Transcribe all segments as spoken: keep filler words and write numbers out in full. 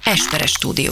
Esperes Stúdió.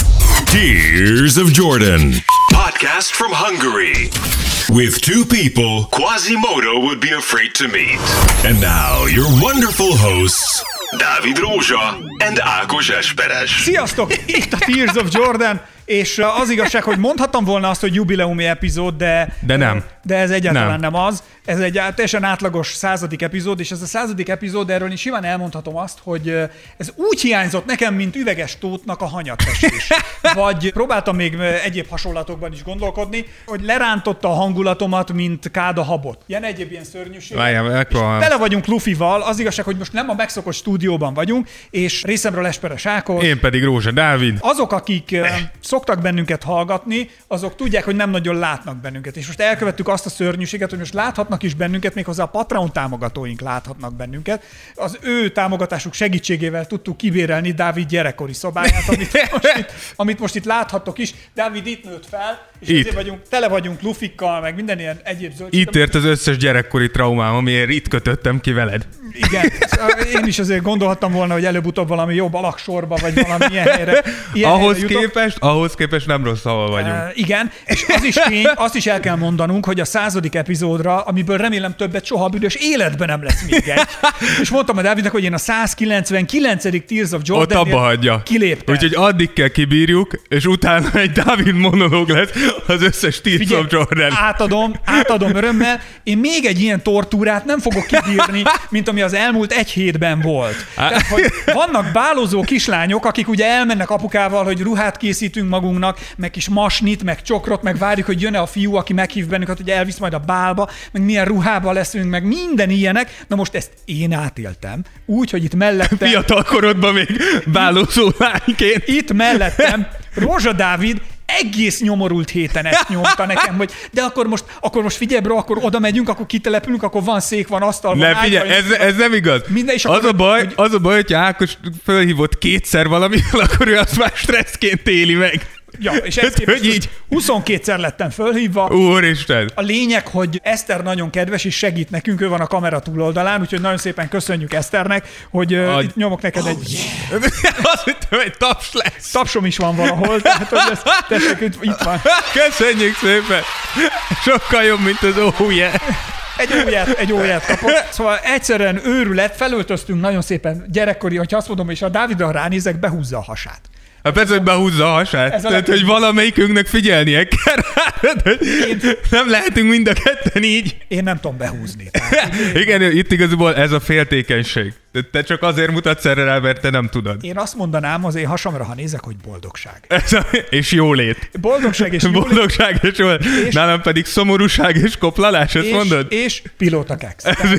Tears of Jordan. Podcast from Hungary. With two people Quasimodo would be afraid to meet. And now your wonderful hosts, Dávid Rózsa and Ákos Esperes. Sziasztok! Itt a Tears of Jordan, és az igazság, hogy mondhattam volna azt, hogy jubileumi epizód, de... De nem. De ez egyáltalán nem, nem az. Ez egy teljesen átlagos századik epizód, és ez a századik epizód, erről én simán elmondhatom azt, hogy ez úgy hiányzott nekem, mint üveges tótnak a hanyattestés. Vagy próbáltam még egyéb hasonlatokban is gondolkodni, hogy lerántotta a hangulatomat, mint kád a habot. Ilyen egyéb ilyen szörnyűség. Tele vagyunk Lufival, az igazság, hogy most nem a megszokott stúdióban vagyunk, és részemről Esperes Ákos. Én pedig Rózsa Dávid. Azok, akik eh. szoktak bennünket hallgatni, azok tudják, hogy nem nagyon látnak bennünket. És most elkövettük azt a szörnyűséget, hogy most láthatnak is bennünket, méghozzá a Patreon támogatóink láthatnak bennünket. Az ő támogatásuk segítségével tudtuk kibérelni Dávid gyerekkori szobáját, amit most itt, amit most itt láthattok is. Dávid itt nőtt fel, és itt. Ezért vagyunk, tele vagyunk lufikkal, meg minden ilyen egyéb zöldség. Itt ért az összes gyerekkori traumám, amiért itt kötöttem ki veled. Igen, én is azért gondolhattam volna, hogy előbb-utóbb valami jobb alaksorba, vagy valami ilyen helyre. Ilyen ahhoz, helyre képest, ahhoz képest nem rossz, ahol vagyunk. Uh, igen, és az is tény, azt is el kell mondanunk, hogy a századik epizódra, amiből remélem többet soha a büdös életben nem lesz még egy. És mondtam a Dávidnak, hogy én a százkilencvenkilencedik Tears of Jordan-nél kiléptem. Úgyhogy addig kell kibírjuk, és utána egy Dávid monológ lesz az összes Tears Figyelj, of Jordan. Átadom, átadom örömmel. Én még egy ilyen tortúrát nem fogok kibírni, mint ami az elmúlt egy hétben volt. Tehát, hogy vannak bálozó kislányok, akik ugye elmennek apukával, hogy ruhát készítünk magunknak, meg kis masnit, meg csokrot, meg várjuk, hogy jön-e a fiú, aki meghív bennünket, hogy elvisz majd a bálba, meg milyen ruhába leszünk, meg minden ilyenek. Na most ezt én átéltem. Úgy, hogy itt mellettem... Fiatal korodban még bálozó lányként. Itt mellettem Rózsa Dávid egész nyomorult héten ezt nyomta nekem, hogy de akkor most, akkor most figyelj, bro, akkor oda megyünk, akkor kitelepülünk, akkor van szék, van asztal, van ne, figyelj, ez, ez nem igaz. Minden, és az, akkor, a baj, hogy... az a baj, hogyha Ákos fölhívott kétszer valamivel, akkor ő azt már stresszként éli meg. Ja, és ezt hogy így huszonkétszer lettem fölhívva. Úristen! A lényeg, hogy Eszter nagyon kedves, és segít nekünk, ő van a kamera túloldalán, úgyhogy nagyon szépen köszönjük Eszternek, hogy uh, itt nyomok neked oh, egy... Yeah. Azt hittem, hogy taps lesz. Tapsom is van valahol, tehát hogy ez, tessék, itt van. Köszönjük szépen! Sokkal jobb, mint az oh yeah. Egy óját, egy óját kapott. Szóval egyszerűen őrület, felöltöztünk nagyon szépen gyerekkori, hogyha azt mondom, és a Dávidra ránézek, behúzza a hasát. Hát persze, hogy behúzza a hasát. Tehát, hogy valamelyikünknek figyelnie kell rá. Én... Nem lehetünk mind a ketten így. Én nem tudom behúzni. Tehát, igen, én... itt igazából ez a féltékenység. Te csak azért mutatsz erre rá, mert te nem tudod. Én azt mondanám az én hasamra, ha nézek, hogy boldogság. A... és jólét. Boldogság és jólét. Boldogság és jólét. És... Nálam pedig szomorúság és koplalás, ezt és, mondod? És pilótakex.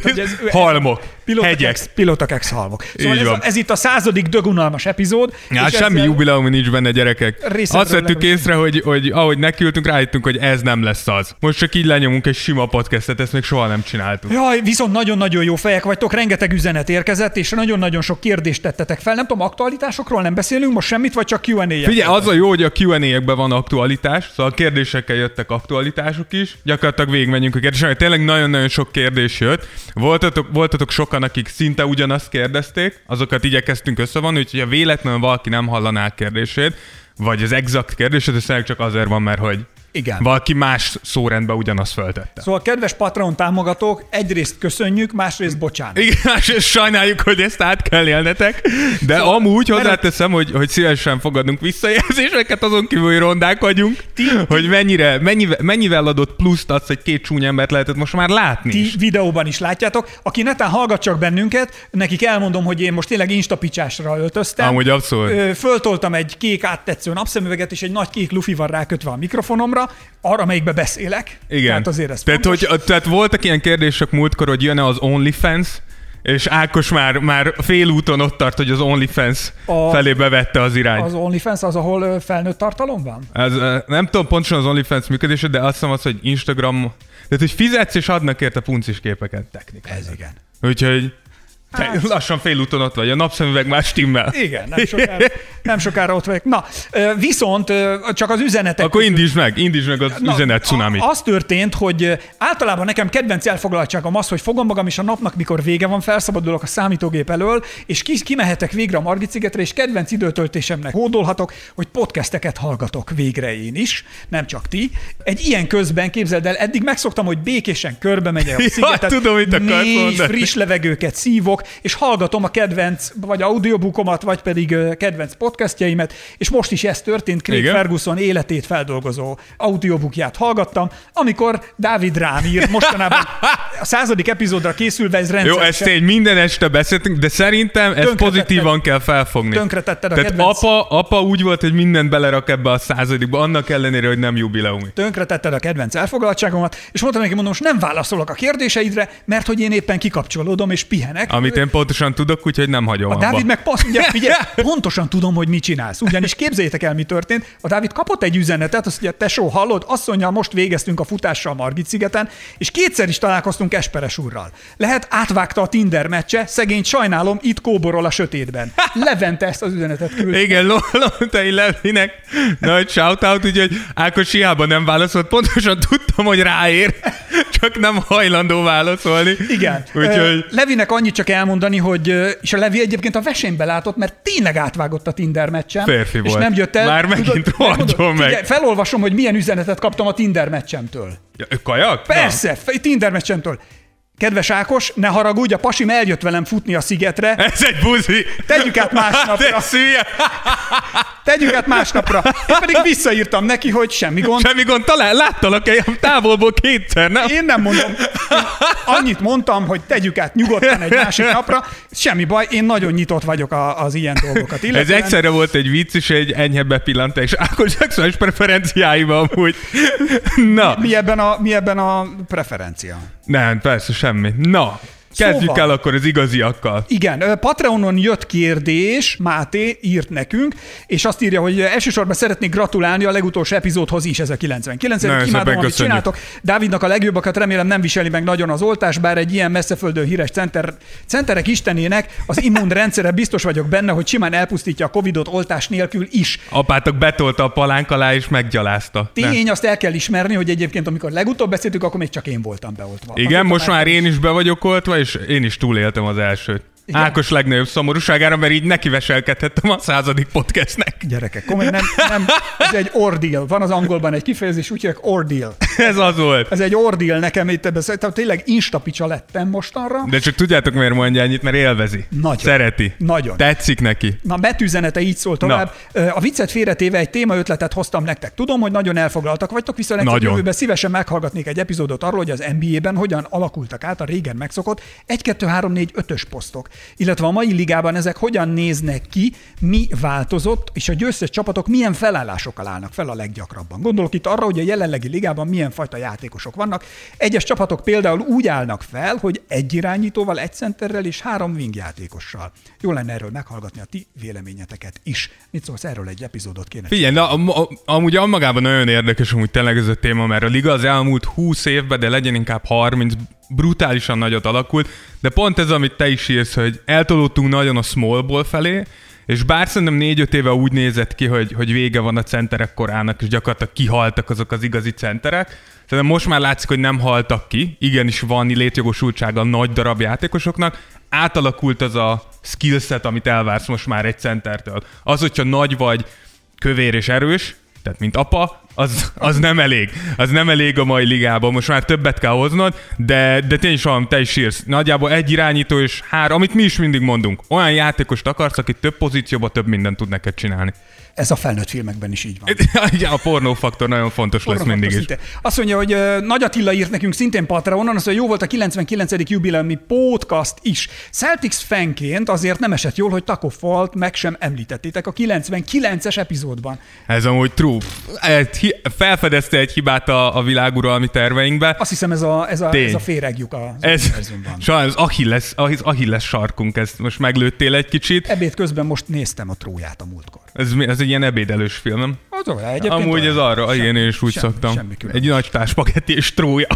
Halmok. Hegyek. Pilótakex halmok. Szóval ez, a, ez itt a századik dögunalmas epizód. Ja, semmi jubileumi nincs benne, gyerekek. Azt vettük észre, hogy, hogy ahogy nekültünk, rájöttünk, hogy ez nem lesz az. Most csak így lenyomunk egy sima podcastet, ezt még soha nem csináltuk. Jaj, viszont nagyon-nagyon jó fejek vagytok, rengeteg üzenet érkezett, és nagyon-nagyon sok kérdést tettetek fel. Nem tudom, aktualitásokról nem beszélünk most semmit, vagy csak Q and A-ek? Figyelj, az a jó, hogy a Q and A-ekben van aktualitás, szóval a kérdésekkel jöttek aktualitások is. Gyakorlatilag végigmenjünk a kérdésekkel. Tényleg nagyon-nagyon sok kérdés jött. Voltatok, voltatok sokan, akik szinte ugyanazt kérdezték, azokat igyekeztünk összevonni, úgyhogy ha véletlenül valaki nem hallaná a kérdését, vagy az exakt kérdését, ez csak azért van, mert hogy igen. Valaki más szórendben ugyanazt föltette. Szóval kedves Patreon támogatók, egyrészt köszönjük, másrészt bocsánat. Igen, másrészt sajnáljuk, hogy ezt át kell élnetek, de szóval amúgy hozzáteszem, hogy, hogy szívesen fogadunk visszajelzéseket, azon kívül, hogy rondák vagyunk, ti, hogy mennyire, mennyivel, mennyivel adott pluszt adsz, hogy két csúnya embert lehetett most már látni ti is. Videóban is látjátok. Aki netán hallgat csak bennünket, nekik elmondom, hogy én most tényleg instapicsásra öltöztem. Amúgy abszolút. Föltoltam egy kék áttetsző napszemüveget, és egy nagy kék lufi van rákötve a mikrofonomra, arra, amelyikbe beszélek. Igen. Tehát azért ez tehát, hogy, tehát voltak ilyen kérdések múltkor, hogy jön-e az OnlyFans, és Ákos már, már félúton ott tart, hogy az OnlyFans a, felé bevette az irányt. Az OnlyFans az, ahol felnőtt tartalom van? Ez, nem tudom pontosan az OnlyFans működését, de azt hiszem az, hogy Instagram... Tehát, hogy fizetsz és adnak érte puncis képeket technikailag. Ez igen. Úgyhogy... Hát, lassan félúton ott vagy, a napszemüveg már stimmel. Igen, nem sokára, nem sokára ott vagyok. Na, viszont csak az üzenetek... Akkor indítsd meg, indítsd meg az Na, üzenet cunamit. Az történt, hogy általában nekem kedvenc elfoglaltságom az, hogy fogom magam, és a napnak, mikor vége van, felszabadulok a számítógép elől, és kimehetek végre a Margit-szigetre, és kedvenc időtöltésemnek hódolhatok, hogy podcasteket hallgatok végre én is, nem csak ti. Egy ilyen közben, képzeld el, eddig megszoktam, hogy békésen körbe megyek a szigetet, ja, tudom, négy friss levegőket szívok, és hallgatom a kedvenc, vagy audiobookomat, vagy pedig kedvenc podcastjaimet, és most is ez történt, Craig Igen? Ferguson életét feldolgozó audiobookját hallgattam, amikor Dávid rám írt, mostanában a századik epizódra készülve ez rendszeresen. Jó, ezt tény, minden este beszéltünk, de szerintem ezt pozitívan kell felfogni. Tönkretetted a Tehát kedvenc... apa, apa úgy volt, hogy mindent belerak ebbe a századikba, annak ellenére, hogy nem jubileumi. Tönkretetted a kedvenc elfoglaltságomat, és mondtam neki, mondom, most nem válaszolok a kérdéseidre, mert hogy én éppen kikapcsolódom és pihenek. Amit én pontosan tudok, úgyhogy nem hagyom A abba. Dávid meg passz, ugye, figyelj, pontosan tudom, hogy mit csinálsz. Ugyanis képzeljétek el, mi történt. A Dávid kapott egy üzenetet, azt mondja, tesó, hallod, asszonnyal most végeztünk a futással Margit-szigeten, és kétszer is találkoztunk Esperes úrral. Lehet átvágta a Tinder meccse, szegény sajnálom, itt kóborol a sötétben. Levente ezt az üzenetet küldte. Igen, Loltai Levinek nagy shoutout, úgyhogy Ákos hiába nem válaszolt, pontosan tudtam, hogy ráér, csak nem hajlandó válaszolni. Igen. Úgyhogy... Levinek annyit csak elmondani, hogy és a Levi egyébként a versenybe látott, mert tényleg átvágott a Tinder meccsen. Férfi és volt. nem jött el. Már megint rohadjon meg. Figyelj, felolvasom, hogy milyen üzenetet kaptam a Tinder meccsemtől. Ja, kajak? Persze, Na. Tinder meccsemtől. Kedves Ákos, ne haragudj, a pasim eljött velem futni a szigetre. Ez egy buzi. Tegyük át másnapra. Tegyük át másnapra. Én pedig visszaírtam neki, hogy semmi gond. Semmi gond, talán láttalak egy távolból kétszer, nem? Én nem mondom. Én annyit mondtam, hogy tegyük át nyugodtan egy másik napra. Semmi baj, én nagyon nyitott vagyok a, az ilyen dolgokat. Illetve... Ez egyszerre volt egy vicc és egy enyhe bepillantás. Ákos szexuális preferenciáiban amúgy. Na. Mi, mi, ebben a, mi ebben a preferencia? Nem, persze semmi. Na. Kezdjük szóval, el akkor az igaziakkal. Igen, Patreonon jött kérdés, Máté írt nekünk, és azt írja, hogy elsősorban szeretnék gratulálni a legutolsó epizódhoz is, ez a kilencvenkilencedik Imádom, amit csináltok. Dávidnak a legjobbakat, remélem nem viseli meg nagyon az oltás, bár egy ilyen messzeföldön híres center, centerek istenének az immunrendszere biztos vagyok benne, hogy simán elpusztítja a Covidot oltás nélkül is. Apátok betolta a palánk alá és meggyalázta. Tény, azt el kell ismerni, hogy egyébként amikor legutóbb beszéltük, akkor még csak én voltam beoltva. Igen, Azóta most már én is be vagyok oltva, és én is túléltem az elsőt. Igen. Ákos legnagyobb szomorúságára, mert így nekiveselkedhettem a századik podcastnek. Gyerekek, komolyan nem, nem, ez egy ordeal. Van az angolban egy kifejezés, úgy hívják ordeal. Ez az volt. Ez egy ordeal nekem itt ebben. Tehát tényleg instapicsa lettem mostanra. De csak tudjátok, miért mondja ennyit, mert élvezi. Nagyon. Szereti. Nagyon. Tetszik neki. Na, betűzenete így szól tovább. Na. A viccet félretéve egy témaötletet hoztam nektek. Tudom, hogy nagyon elfoglaltak vagytok, viszont egy jövőben szívesen meghallgatnék egy epizódot arról, hogy az en bé á-ben hogyan alakultak át a régen megszokott egy, kettő, három, négy, ötös posztok. Illetve a mai ligában ezek hogyan néznek ki, mi változott, és a győztes csapatok milyen felállásokkal állnak fel a leggyakrabban. Gondolok itt arra, hogy a jelenlegi ligában milyen fajta játékosok vannak. Egyes csapatok például úgy állnak fel, hogy egy irányítóval, egy centerrel és három wing játékossal. Jó lenne erről meghallgatni a ti véleményeteket is. Mit szólsz, erről egy epizódot kéne? Figyelj, na, am- amúgy önmagában nagyon érdekes amúgy tényleg ez a téma, mert a liga az elmúlt húsz évben, de legyen inkább harminc, brutálisan nagyot alakult, de pont ez, amit te is írsz, hogy eltolódtunk nagyon a small ball felé, és bár szerintem négy-öt éve úgy nézett ki, hogy, hogy vége van a centerek korának, és gyakorlatilag kihaltak azok az igazi centerek. Szerintem most már látszik, hogy nem haltak ki, igenis van létjogosultsága nagy darab játékosoknak, átalakult az a skillset, amit elvársz most már egy centertől. Az, hogyha nagy vagy, kövér és erős, tehát mint apa, az, az nem elég. Az nem elég a mai ligában. Most már többet kell hoznod, de, de tényleg van, te is írsz. Nagyjából egy irányító és három, amit mi is mindig mondunk. Olyan játékost akarsz, aki több pozícióban több mindent tud neked csinálni. Ez a felnőtt filmekben is így van. Ja, a pornófaktor nagyon fontos lesz mindig is. Azt mondja, hogy uh, Nagy Attila írt nekünk szintén Patreonon, azt mondja, jó volt a kilencvenkilencedik jubileumi podcast is. Celtics fanként azért nem esett jól, hogy Taco Fallt meg sem említettétek a kilencvenkilences epizódban. Ez amúgy true. Felfedezte egy hibát a, a világuralmi terveinkbe. Azt hiszem ez a, ez a, ez a féregjuk az univerzumban. Sajnos az Achilles, az Achilles sarkunk, ezt most meglőttél egy kicsit. Ebéd közben most néztem a Tróját a múltkor. Ez, ez egy ilyen ebédelős film, nem? Az Egyébként Amúgy olyan. ez arra, Semmi, igen, én is úgy semmi, szoktam. semmi különbség. Egy nagy tál spagetti és trója.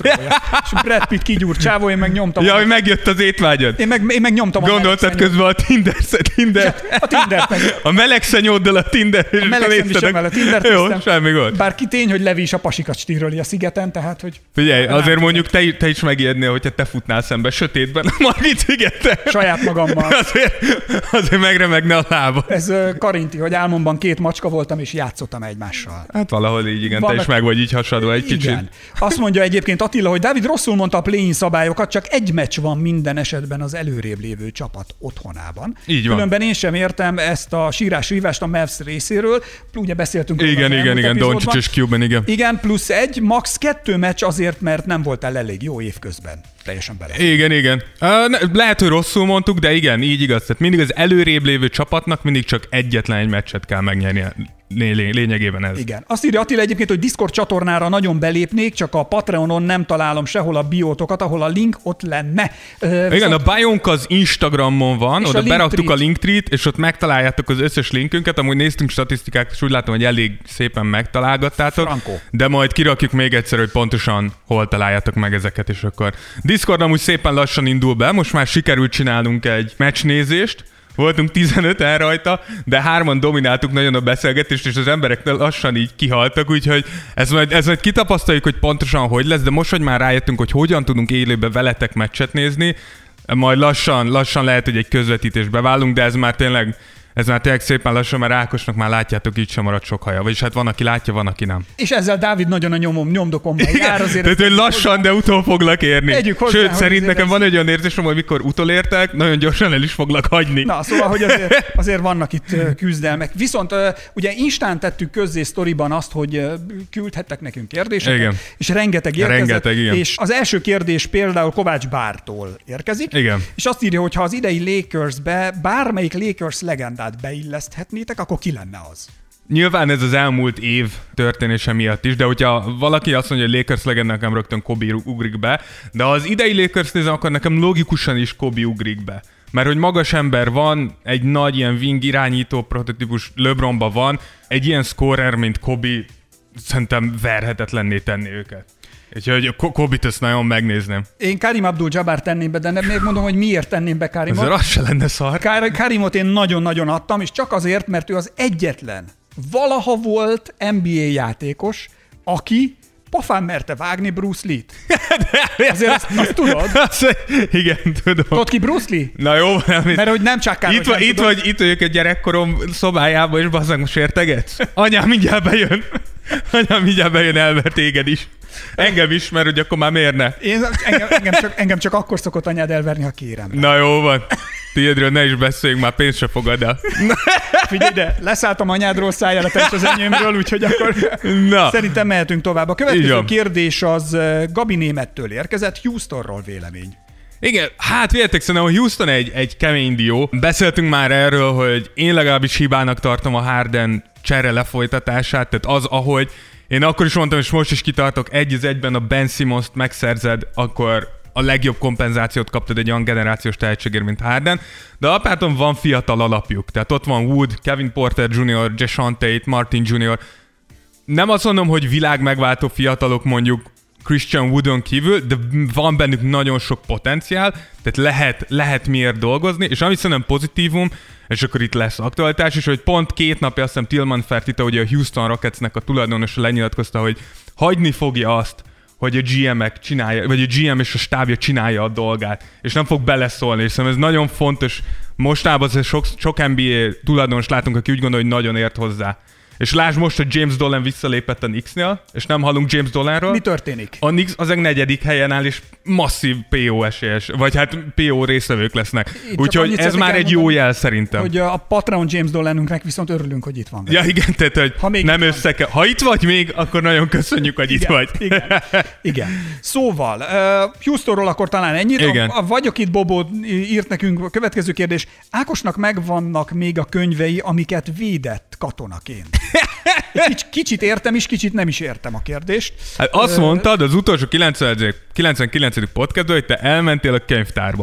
És Brad Pitt kigyúrt csávó, én meg nyomtam. Ja, hogy megjött az étvágyad. Én meg, én meg nyomtam Gondoltad a közben a Tinder, Tinder. A Tindert meg. A melegszenyóddal a Tinder. A melegszennyvisem a Tindert Jó, néztem. semmi gond. Bár ki tény, hogy Levi is a pasikat stíröli a szigeten, tehát, hogy... Figyelj, azért mondjuk te, te is megijednél, hogyha te futnál szembe sötétben a Margit szigeten. Saját magammal. Azért, azért megremegne a lába. Ez uh, Karinti, hogy álmomban két macska voltam, és játszottam egymással. Hát valahol így, igen, Vannak... te is meg vagy így hasadva egy kicsit. Igen. Azt mondja egyébként Attila, hogy Dávid rosszul mondta a play-in szabályokat, csak egy meccs van minden esetben az előrébb lévő csapat otthonában. Így van. Különben én sem értem ezt a sírás-rívást a Mavs részéről. Ugye beszéltünk róla Igen, az igen, igen, epizódban. Doncic és Cuban, igen. Igen, plusz egy, max. kettő meccs azért, mert nem voltál elég jó évközben. Teljesen bele. Igen, igen. Uh, ne, lehet, hogy rosszul mondtuk, de igen, így igaz. Tehát mindig az előrébb lévő csapatnak mindig csak egyetlen egy meccset kell megnyernie. Lé- lényegében ez. Igen. Azt írja Attila egyébként, hogy Discord csatornára nagyon belépnék, csak a Patreonon nem találom sehol a biótokat, ahol a link ott lenne. Uh, Igen, viszont... a biónk az Instagramon van, És oda a beraktuk Linktree-t. a Linktree-t, és ott megtaláljátok az összes linkünket, amúgy néztünk statisztikát, és úgy látom, hogy elég szépen megtalálgattátok. Franco. De majd kirakjuk még egyszer, hogy pontosan hol találjátok meg ezeket, és akkor Discord amúgy szépen lassan indul be, most már sikerült csinálnunk egy meccsnézést, voltunk tizenöten rajta, de hárman domináltuk nagyon a beszélgetést, és az emberek lassan így kihaltak, úgyhogy ez majd, ez majd kitapasztaljuk, hogy pontosan hogy lesz, de most, hogy már rájöttünk, hogy hogyan tudunk élőben veletek meccset nézni, majd lassan, lassan lehet, hogy egy közvetítésbe válunk, de ez már tényleg Ez már tényleg szépen lassan, mert Ákosnak már látjátok, így sem maradt sok haja. Vagyis hát van, aki látja, van, aki nem. És ezzel Dávid nagyon a nyomom, nyomdokomban jár azért. Tehát, hogy lassan, de utol foglak érni. Együk hozzá, Sőt, hogy szerint azért nekem ez- van egy olyan érzésem, hogy mikor utolértek, nagyon gyorsan el is foglak hagyni. Na, szóval, hogy azért, azért vannak itt ö, küzdelmek. Viszont ö, ugye Instán tettük közzé sztoriban azt, hogy ö, küldhettek nekünk kérdéseket, Igen. és rengeteg érkezett. Rengeteg, igen. És az első kérdés például Kovács Bártól érkezik. Igen. És azt írja, hogy ha az idei Lakersbe bármelyik Lakers legendát beilleszthetnétek, akkor ki lenne az? Nyilván ez az elmúlt év történése miatt is, de hogyha valaki azt mondja, hogy Lakers legenda, nekem rögtön Kobe ugrik be, de ha az idei Lakers nézem, akkor nekem logikusan is Kobe ugrik be. Mert hogy magas ember van, egy nagy ilyen wing irányító prototípus LeBronban van, egy ilyen scorer, mint Kobe, szerintem verhetetlenné tenni őket. Úgyhogy Ko- Kobe-t ezt nagyon megnézném. Én Karim Abdul-Jabbar tenném be, de nem még mondom, hogy miért tenném be Karimot. Ezzel az se lenne szar. Kar- Karimot én nagyon-nagyon adtam, és csak azért, mert ő az egyetlen valaha volt en bé á játékos, aki pofán merte vágni Bruce Lee-t. Azért azt, azt tudod? Azt, igen, tudom. Tudod ki Bruce Lee? Na jó, nem, Mert hogy nem csak kár, itt, hogy vagy, nem itt tudod. vagy, itt vagyok egy gyerekkorom szobájába, és bazzag, most értegetsz? Anyám mindjárt bejön. Anyám mindjárt bejön, elver téged is. Engem is, mert hogy akkor már miért ne? Én, engem, engem, csak, engem csak akkor szokott anyád elverni, ha kérem. Na jó van. Tiédről ne is beszéljünk, már pénzt se fogad el. Figyelj ide, leszálltam anyádról, szálljára te is az enyémről, úgyhogy akkor Na. szerintem mehetünk tovább. A Így következő van. kérdés az uh, Gabi Némettől érkezett, Houstonról vélemény. Igen, hát véltek, szerintem a Houston egy, egy kemény dió. Beszéltünk már erről, hogy én legalábbis hibának tartom a Harden csere lefolytatását, tehát az, ahogy én akkor is mondtam, és most is kitartok, egy az egyben a Ben Simmons-t megszerzed, akkor a legjobb kompenzációt kaptad egy olyan generációs tehetségért, mint Harden, de alapjáton van fiatal alapjuk. Tehát ott van Wood, Kevin Porter junior, Jason Tate, Martin junior Nem azt mondom, hogy világ megváltó fiatalok mondjuk Christian Woodon kívül, de van bennük nagyon sok potenciál, tehát lehet, lehet miért dolgozni, és ami szerintem pozitívum, és akkor itt lesz aktualitás is, hogy pont két napja azt hiszem Tillman Fertitta, ugye a Houston Rocketsnek a tulajdonosa lenyilatkozta, hogy hagyni fogja azt, hogy a gé em-ek csinálja, vagy a gé em és a stábja csinálja a dolgát, és nem fog beleszólni, és szerintem ez nagyon fontos. Mostában azért sok, sok en bé á tulajdonos látunk, aki úgy gondolja, hogy nagyon ért hozzá. És lásd most, hogy James Dolan visszalépett a Knicksnél, és nem hallunk James Dolanról. Mi történik? A Knicks az egy negyedik helyen áll, és masszív pé o esélyes, vagy hát pé o részvevők lesznek. csak Úgyhogy annyit ez szeretnék már egy jó elmondani, jel szerintem. Hogy a Patreon James Dolanünknek viszont örülünk, hogy itt van. Ja igen, tehát hogy Ha még nem itt van. össze kell. Ha itt vagy még, akkor nagyon köszönjük, hogy itt Igen, vagy. igen, igen. Szóval, uh, Houstonról akkor talán ennyit. Igen. A, a Vagyok itt Bobó írt nekünk a következő kérdés. Ákosnak megvannak még a könyvei, amiket védett katonaként. Egy Kics, kicsit értem is, kicsit nem is értem a kérdést. Hát azt mondtad az utolsó kilencvenkilencedik podcastban, hogy te elmentél a könyvtárba.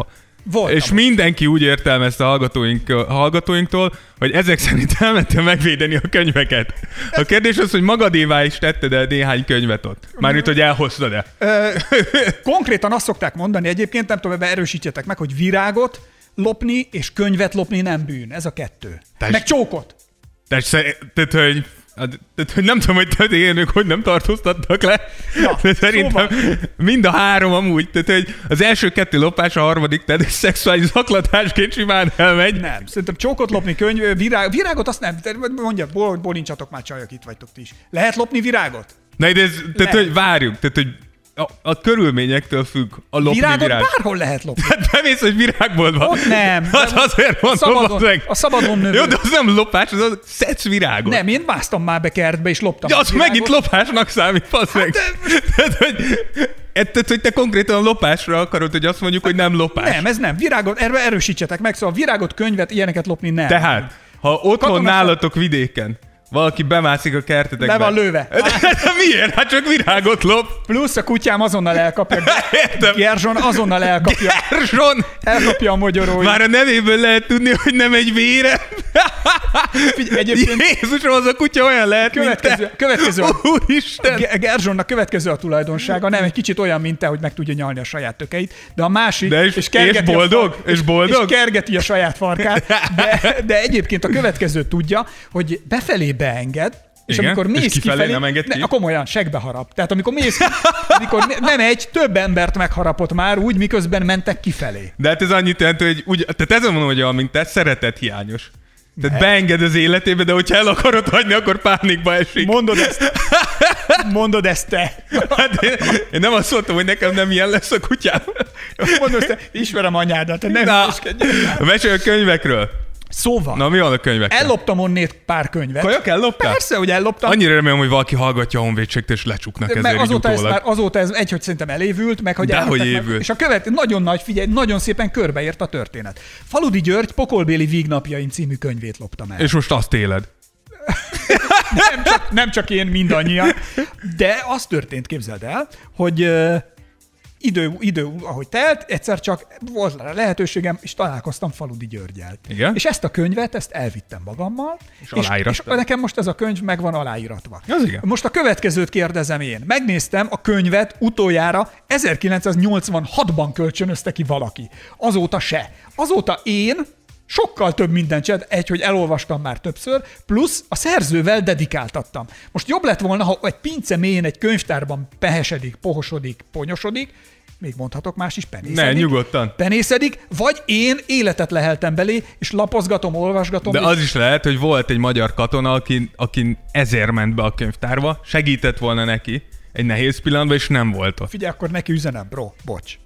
Voltam és ott. mindenki úgy értelmezte a hallgatóink, a hallgatóinktól, hogy ezek szerint elmentél megvédeni a könyveket. A kérdés az, hogy magadévá is tetted el néhány könyvet ott. Mármint, hogy elhoztad-e. Ö, konkrétan azt szokták mondani egyébként, nem tudom, ebben erősítsetek meg, hogy virágot lopni és könyvet lopni nem bűn. Ez a kettő. Tess, meg csókot. Tehát, hogy, tehát, hogy nem tudom, hogy történők hogy nem tartóztattak le. Ja, de szerintem szóval. mind a három amúgy. Tehát, hogy az első kettő lopás, a harmadik, tehát szexuális zaklatásként simán elmegy. Nem. Szerintem csókot lopni, könyv, virág, virágot azt nem. Mondja, ból, bólincsatok már csajok, itt vagytok ti is. Lehet lopni virágot? Na, de ez, tehát, hogy várjuk. Tehát, hogy A, a körülményektől függ a lopni Virágot virág. bárhol lehet lopni. Hát bemész, hogy virágboltba. Ott nem. Az azért mondom, szabadon, meg. a szabadon növő. Jó, de az nem lopás, az a szedsz virágot. Nem, én másztam már be kertbe, és loptam. Ja, az virágot. megint lopásnak számít, fasz meg. Tehát, hogy, tehát, hogy te konkrétan lopásra akarod, hogy azt mondjuk, hogy nem lopás. Nem, ez nem. Virágot, erre erősítsetek meg, szóval virágot, könyvet, ilyeneket lopni nem. Tehát, ha otthon Katonás... nálatok vidéken valaki bemászik a kertetekbe. Le van lőve. De miért? Hát csak virágot lop. Plusz a kutyám azonnal elkapja. Értem. Gerzson azonnal elkapja. Gerzson! Elkapja a mogyoróit. Már a nevéből lehet tudni, hogy nem egy vére. Figyelj, egyébként... Jézusom, az a kutya olyan lehet, Következő, mint te. következő a, Úristen! Ge- Gerzsonnak következő a tulajdonsága, nem egy kicsit olyan, mint te, hogy meg tudja nyalni a saját tökeit, de a másik... De és- és a boldog? far- És boldog? És kergeti a saját farkát, de, de egyébként a következő tudja, hogy befelé beenged, és Igen? amikor És mész kifelé kifelé, nem enged ki? ne, komolyan, segbe harap. Tehát amikor mész, amikor ne- nem egy, több embert megharapott már úgy, miközben mentek kifelé. De hát ez annyit jelent, hogy úgy, tehát ezen mondom, hogy olyan, mint te, szeretet hiányos. Tehát beenged az életébe, de hogyha el akarod hagyni, akkor pánikba esik. Mondod ezt. Mondod ezt te. Hát én, én nem azt mondtam, hogy nekem nem ilyen lesz a kutyám. Mondod ezt te. Ismerem anyádat, te nem Na, hülyeskedj. mesélj a könyvekről. Szóval. Na, mi van a könyvekkel? Elloptam onnét pár könyvet. Kajak elloptál? Persze, hogy elloptam. Annyira remélem, hogy valaki hallgatja a honvédséget és lecsuknak ezért Meg így azóta ez, utólag. már, azóta ez egy, hogy szerintem elévült, meg hogy Dehogy elmentek meg- évült. És a követ, nagyon nagy, figyelj, nagyon szépen körbeért a történet. Faludi György Pokolbéli vígnapjaim című könyvét loptam el. És most azt éled. Nem csak, nem csak én, mindannyian. De az történt, képzeld el, hogy uh, idő, idő, ahogy telt, egyszer csak volt rá lehetőségem, és találkoztam Faludi Györgyel. Igen? És ezt a könyvet, ezt elvittem magammal, És és, és aláírattad? nekem most ez a könyv meg van aláíratva. Az igen. Most a következőt kérdezem én. Megnéztem a könyvet utoljára ezerkilencszáznyolcvanhatban kölcsönözte ki valaki. Azóta se. Azóta én sokkal több mindent csinált, egy, hogy elolvastam már többször, plusz a szerzővel dedikáltattam. Most jobb lett volna, ha egy pince mélyén egy könyvtárban pehesedik, pohosodik, ponyosodik, még mondhatok más is, penészedik. Ne, nyugodtan. Penészedik, vagy én életet leheltem belé, és lapozgatom, olvasgatom. De és az is lehet, hogy volt egy magyar katona, aki, aki ezért ment be a könyvtárba, segített volna neki egy nehéz pillanatban, és nem volt ott. Figyelj, akkor neki üzenem, bro, bocs.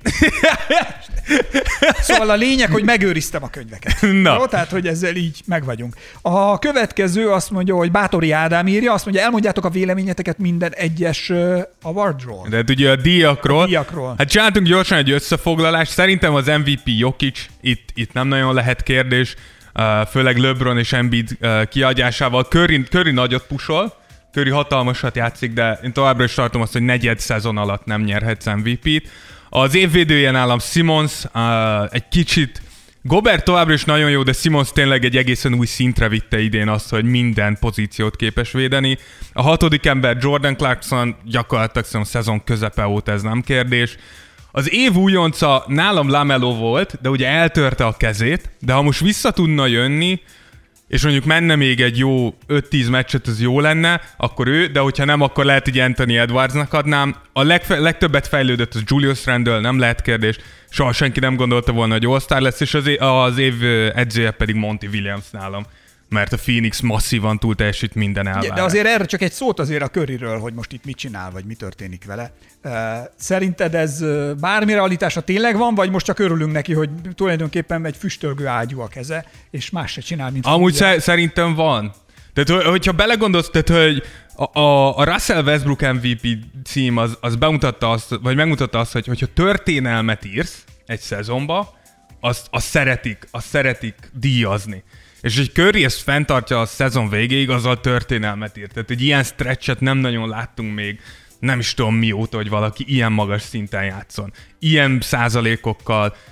Szóval a lényeg, hogy megőriztem a könyveket. Na. Jó, tehát, hogy ezzel így megvagyunk. A következő azt mondja, hogy Bátori Ádám írja, azt mondja, elmondjátok a véleményeteket minden egyes uh, awardról. De hát ugye a díjakról, A díjakról. hát csináltunk gyorsan egy összefoglalást, szerintem az em vé pé Jokic, itt, itt nem nagyon lehet kérdés, uh, főleg LeBron és Embiid uh, kiadásával. Curry, Curry nagyot pusol, Curry hatalmasat játszik, de én továbbra is tartom azt, hogy negyed szezon alatt nem nyerhetsz em vé pét. Az évvédője nálam Simmons, uh, egy kicsit, Gobert továbbra is nagyon jó, de Simmons tényleg egy egészen új szintre vitte idén azt, hogy minden pozíciót képes védeni. A hatodik ember Jordan Clarkson, gyakorlatilag a szezon közepe óta ez nem kérdés. Az év újonca nálam LaMelo volt, de ugye eltörte a kezét, de ha most vissza tudna jönni, és mondjuk menne még egy jó öt-tíz meccset, az jó lenne, akkor ő, de hogyha nem, akkor lehet, hogy Anthony Edwardsnak adnám. A legfe- legtöbbet fejlődött az Julius Randle, nem lehet kérdés. Soha senki nem gondolta volna, hogy All-Star lesz, és az, é- az év edzője pedig Monty Williams nálam. Mert a Phoenix masszívan túl teljesít minden elvárás. De azért erre csak egy szót azért a Curryről, hogy most itt mit csinál, vagy mi történik vele. Szerinted ez bármi realitása tényleg van, vagy most csak örülünk neki, hogy tulajdonképpen egy füstölgő ágyú a keze, és más se csinál, mint... Amúgy szer- szerintem van. Tehát, hogyha belegondolsz, tehát, hogy a, a, a Russell Westbrook em vé pé cím az, az bemutatta azt, vagy megmutatta azt, hogy hogyha történelmet írsz egy szezonba, azt, azt szeretik, azt szeretik díjazni. És egy Curry ezt fenntartja a szezon végéig, azzal történelmet írt. Tehát egy ilyen stretchet nem nagyon láttunk még, nem is tudom mióta, hogy valaki ilyen magas szinten játszon. Ilyen százalékokkal,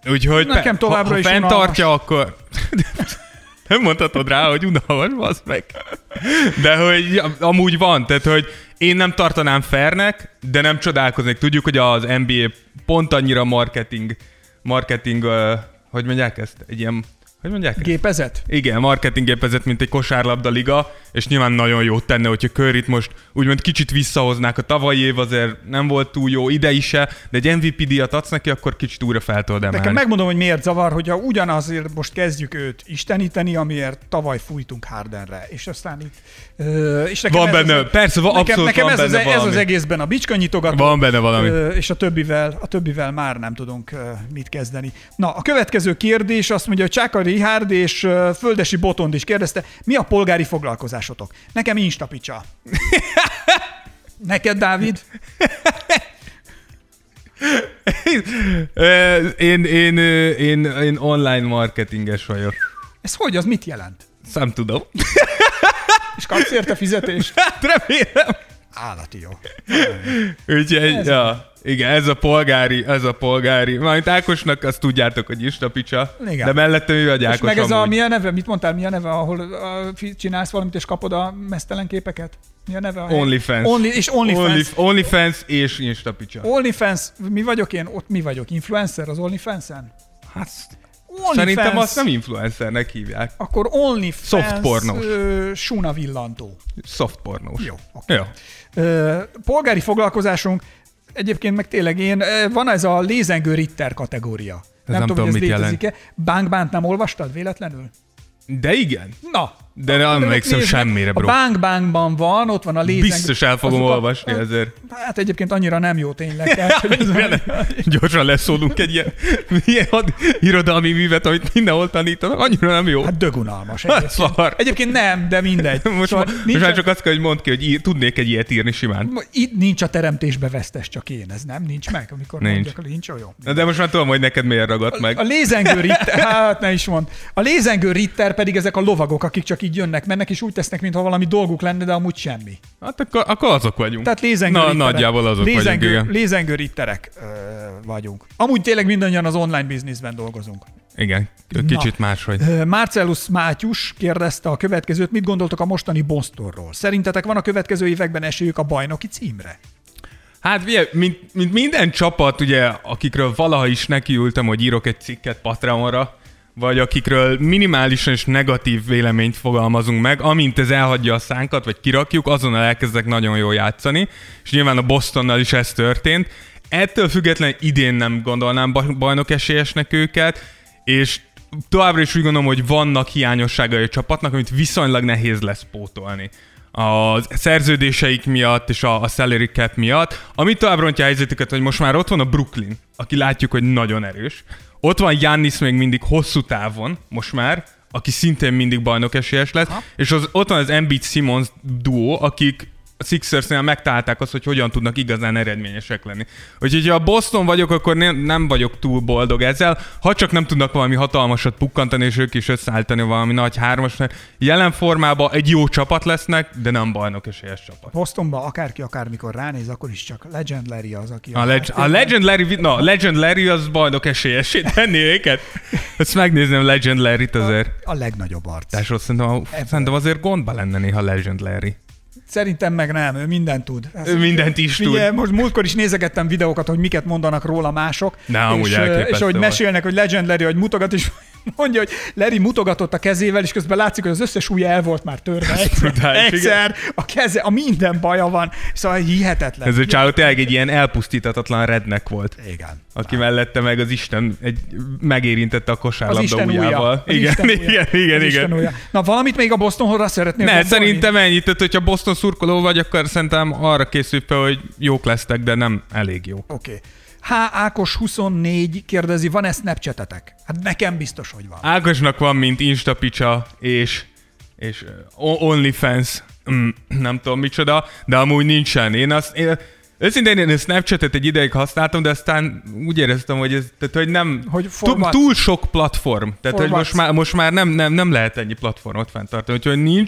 Úgyhogy nekem pe- továbbra ha, ha is fenntartja, unalmas. akkor... Nem mondhatod rá, hogy unalmas, bazd meg. De hogy amúgy van, tehát hogy én nem tartanám fairnek, de nem csodálkoznék. Tudjuk, hogy az en bé á pont annyira marketing, marketing, uh, hogy mondják ezt? Egy ilyen, hogy mondják ezt? Gépezet? Igen, marketinggépezet, mint egy kosárlabda liga, és nyilván nagyon jót tenne, hogyha Curryt most úgymond kicsit visszahoznák. A tavalyi év azért nem volt túl jó, idei se, de egy em vé pé díjat adsz neki, akkor kicsit újra fel tudod emelni. Nekem megmondom, hogy miért zavar, hogyha ugyanazért most kezdjük őt isteníteni, amiért tavaly fújtunk Hardenre, és aztán itt... Ö, és nekem van ez benne, az, persze, van, nekem, abszolút nekem van ez, benne az, valami. ez az egészben a bicskanyitogató. Van benne valami. Ö, és a többivel, a többivel már nem tudunk ö, mit kezdeni. Na, a következő kérdés azt mondja, hogy Csáka Richárd és ö, Földesi Botond is kérdezte, mi a polgári foglalkozásotok? Nekem Instapicsa. Neked, Dávid? én, én, én, én online marketinges vagyok. Ez hogy? Az mit jelent? Nem tudom. És kapsz érte fizetést? Hát remélem. Állati jó. Úgyhogy, Ez ja, igen, ez a polgári, ez a polgári. Majd Ákosnak azt tudjátok, hogy Instapicsa, Igen. de mellette mi vagy És Ákos meg ez a, amúgy. mi a neve? Mit mondtál, mi a neve, ahol a, csinálsz valamit és kapod a mesztelen képeket? Mi a neve? A OnlyFans. Only, és OnlyFans. Only, OnlyFans és Instapicsa. OnlyFans, mi vagyok én? Ott mi vagyok? Influencer az OnlyFans-en? Hát, OnlyFans. szerintem azt nem influencernek hívják. Akkor OnlyFans Softpornós. ö, Suna villantó. Soft pornós. Jó, oké. Jó. Ö, polgári foglalkozásunk, egyébként meg tényleg én, ö, van ez a lézengő Ritter kategória. nem tudom, hogy ez mit létezik-e. Bánk-bánt nem olvastad véletlenül? De igen. Na. De nem emlékszem nézd meg, semmire, bro. A Bánk Bankban van, ott van a lézengő. Biztos el fogom Azok a- olvasni ezért. Hát egyébként annyira nem jó tényleg. Tehát, hogy ez Gyorsan leszólunk egy ilyen, ilyen had, irodalmi művet, amit mindenhol tanítanak, annyira nem jó. hát dögunalmas. Egyébként. Szar. egyébként nem, de mindegy. Most, Szóval ma, most nincs, már csak azt kell, hogy mondd ki, hogy ír, tudnék egy ilyet írni simán. itt nincs a teremtésbe vesztes, csak én. Ez nem? Nincs meg? Amikor Nincs. mondjak, nincs olyan. Na, de most már tudom, hogy neked miért ragadt meg. A lézengő Ritter, hát ne is mond. A lézengő Ritter pedig ezek a lovagok, akik csak így jönnek, mennek, és úgy tesznek, mintha valami dolguk lenne, de amúgy semmi. Hát akkor, akkor azok vagyunk. Tehát lézengő Na, ritterek. nagyjából azok lézengő, vagyunk, igen. Lézengő ritterek ö, vagyunk. Amúgy tényleg mindannyian az online bizniszben dolgozunk. Igen, kicsit máshogy. Ö, Marcellus Mátyus kérdezte a következőt, mit gondoltok a mostani Bostonról? Szerintetek van a következő években esélyük a bajnoki címre? Hát ugye, mint, mint minden csapat, ugye, akikről valaha is nekiültem, hogy írok egy cikket Patreonra, vagy akikről minimálisan és negatív véleményt fogalmazunk meg, amint ez elhagyja a szánkat, vagy kirakjuk, azonnal elkezdek nagyon jól játszani, és nyilván a Bostonnal is ez történt. Ettől függetlenül idén nem gondolnám bajnok esélyesnek őket, és továbbra is úgy gondolom, hogy vannak hiányosságai a csapatnak, amit viszonylag nehéz lesz pótolni a szerződéseik miatt és a, a salary cap miatt, ami tovább rontja a helyzetüket, hogy most már ott van a Brooklyn, aki látjuk, hogy nagyon erős. Ott van Giannis még mindig hosszú távon, most már, aki szintén mindig bajnok esélyes lesz, ha. És az, ott van az Embiid-Simmons duó, akik a Sixersnél megtalálták azt, hogy hogyan tudnak igazán eredményesek lenni. Úgyhogy ha a Boston vagyok, akkor nem, nem vagyok túl boldog ezzel, ha csak nem tudnak valami hatalmasat pukkantani, és ők is összeállítani valami nagy hármas, mert jelen formában egy jó csapat lesznek, de nem bajnok esélyes csapat. Bostonba akárki akármikor ránéz, akkor is csak Legend Larry az, aki... A, leg- a Legend Larry, na, Legend Larry az bajnok esélyesé tenni őket. Ezt megnézném Legend Larryt azért. A, a legnagyobb arc. Tásról szerintem, szerintem azért gondba lenne néha Legend Larry. Szerintem meg nem, ő mindent tud. Ő mindent is tud. Ugye, most múltkor is nézegettem videókat, hogy miket mondanak róla mások. Ne, amúgy és, elképesztő és ahogy volt. mesélnek, hogy Legend Larry, hogy mutogat, és mondja, hogy Larry mutogatott a kezével, és közben látszik, hogy az összes ujja el volt már törve. Egyszer, brutális, egyszer a keze, a minden baja van. Szóval hihetetlen. Ez a csávó tényleg egy ilyen elpusztítatatlan rednek volt. Igen. Aki mellette meg az Isten egy, megérintette a Az kosárlabda Isten ujjával. ujja. Az Igen, Isten ujja. igen, igen, Az Isten igen. ujja. Na, valamit még a Bostonra szeretnél Ne, gondolni? szerintem ennyit, tehát hogyha Boston szurkoló vagy, akkor szerintem arra készülj fel, hogy jók lesztek, de nem elég jók. Oké. Okay. H. Ákos huszonnégy kérdezi, van-e Snapchatelek? Hát nekem biztos, hogy van. Ákosnak van, mint Instapicsa és, és uh, OnlyFans, mm, nem tudom micsoda, de amúgy nincsen. Én azt, én, őszintén én a Snapchatet egy ideig használtam, de aztán úgy éreztem, hogy ez, tehát, hogy nem, Hogy túl, túl sok platform, tehát For hogy most már, most már nem, nem, nem lehet ennyi platformot fenntartani, úgyhogy nincs.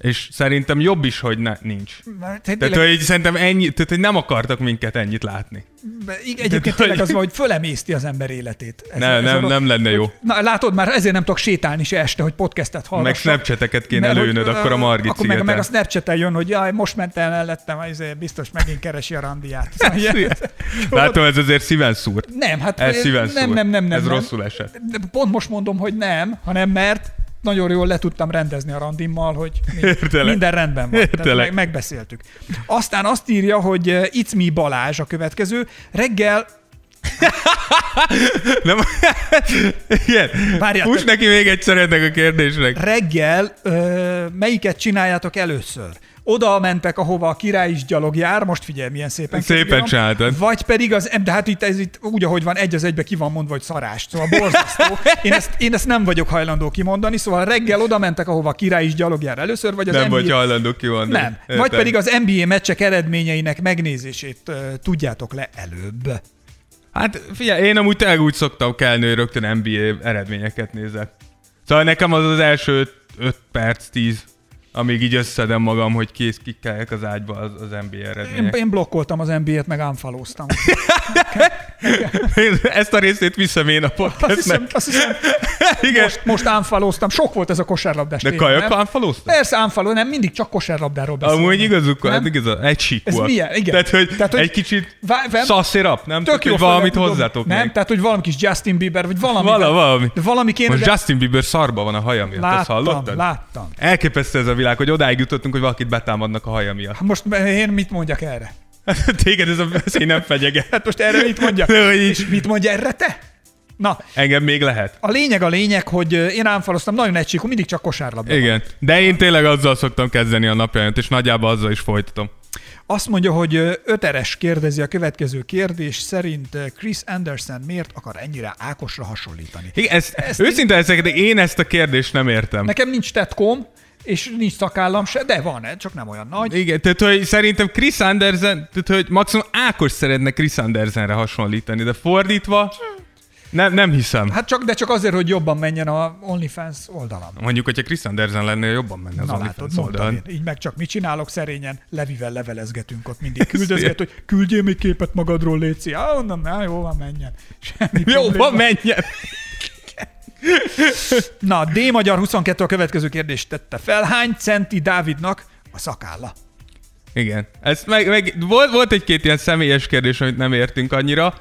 És szerintem jobb is, hogy ne, nincs. Mert, tehát, tényleg, hogy szerintem ennyi, tehát, hogy nem akartak minket ennyit látni. Egyébként tényleg az van, hogy fölemészti az ember életét. Ez, ne, ez nem, a, nem lenne jó. Hogy, na látod, már ezért nem tudok sétálni se este, hogy podcastet hallgassak. Meg Snapchateket kéne Mert, előnöd, hogy, akkor a Margit Akkor meg, szigeten. meg a Snapchaten jön, hogy jaj, most ment el mellettem, ezért biztos megint keresi a randiát. Látom, ez azért szíven szúrt. Nem, hát ez szíven nem, nem, nem, nem. Ez nem. rosszul esett. De pont most mondom, hogy nem, hanem mert nagyon jól le tudtam rendezni a randimmal, hogy mi, minden rendben van. Tehát meg, megbeszéltük. Aztán azt írja, hogy uh, It's me Balázs a következő. Reggel... Nem, igen. Hús neki még egyszer ennek a kérdésnek. Reggel uh, melyiket csináljátok először? Oda mentek, ahova a király is gyalog jár, most figyelj, milyen szépen. Szépen csináltad. Vagy pedig az, de hát itt, ez itt úgy, ahogy van, egy az egybe ki van mondva, hogy szarás. Szóval borzasztó. Én ezt, én ezt nem vagyok hajlandó kimondani, szóval reggel oda mentek, ahova a király is gyalog jár először, vagy az nem en bé á... vagy hajlandó kimondani. Nem. Értem. Vagy pedig az en bé á meccsek eredményeinek megnézését uh, tudjátok le előbb. Hát figyelj, én amúgy tényleg úgy szoktam kelni, hogy rögtön en bé á eredményeket nézek. Szóval nekem az az első öt perc, tíz, amíg így összedem magam, hogy kész kikkeljek az ágyba az, az en bé á eredmények. Én, én blokkoltam az en bé á-t, meg unfollowztam. Ezt a részét viszem én a podcastnek. Azt hiszem, azt hiszem igen. Most, most unfollowztam. Sok volt ez a kosárlabdás. De téma, kajak unfollowztam? Persze unfollow, nem mindig csak kosárlabdáról beszélünk. Amúgy igazuk van, igaz, egy síkúak. Ez milyen? Igen. Tehát, hogy, tehát, hogy egy kicsit vá- szasszirap, nem? Tök Tök, jó, hogy valamit hozzátok nem? még. Tehát, hogy valami kis Justin Bieber, vagy valami. Vala, valami. De valami kéne, most de... Justin Bieber szarba van a haja miatt, láttam, azt hallottad? láttam. Elképesztő ez a világ, hogy odáig jutottunk, hogy valakit betámadnak a haja miatt. Most én mit mondjak erre? Téged ez a veszély nem fenyeget. Hát most erre mit mondjak? És mit mondja erre te? Na, engem még lehet. A lényeg a lényeg, hogy én unfollowztam, nagyon egységű, mindig csak kosárlabda. Igen, van. De én tényleg azzal szoktam kezdeni a napjaimat, és nagyjából azzal is folytatom. Azt mondja, hogy öteres kérdezi a következő kérdés, szerint Chris Anderson miért akar ennyire Ákosra hasonlítani? Igen, ezt, ezt őszinte leszek, de én ezt a kérdést nem értem. Nekem nincs tetkom, és nincs szakállam se, de van, csak nem olyan nagy. Igen, tehát hogy szerintem Chris Anderson, tehát hogy maximum Ákos szeretne Chris Andersonre hasonlítani, de fordítva nem, nem hiszem. Hát csak, de csak azért, hogy jobban menjen a OnlyFans oldalon. Mondjuk, hogyha Chris Anderson lenne, jobban menne az Na, OnlyFans látod, oldalon. Így meg csak mit csinálok szerényen, Levivel levelezgetünk ott, mindig küldözget, hogy küldjél még képet magadról, léci. Ah, onnan, na, jó van, menjen. Semmi jó van, menjen. Na, D Magyar huszonkettő a következő kérdést tette fel. Hány centi Dávidnak a szakálla? Igen. Ez meg, meg, volt, volt egy-két ilyen személyes kérdés, amit nem értünk annyira,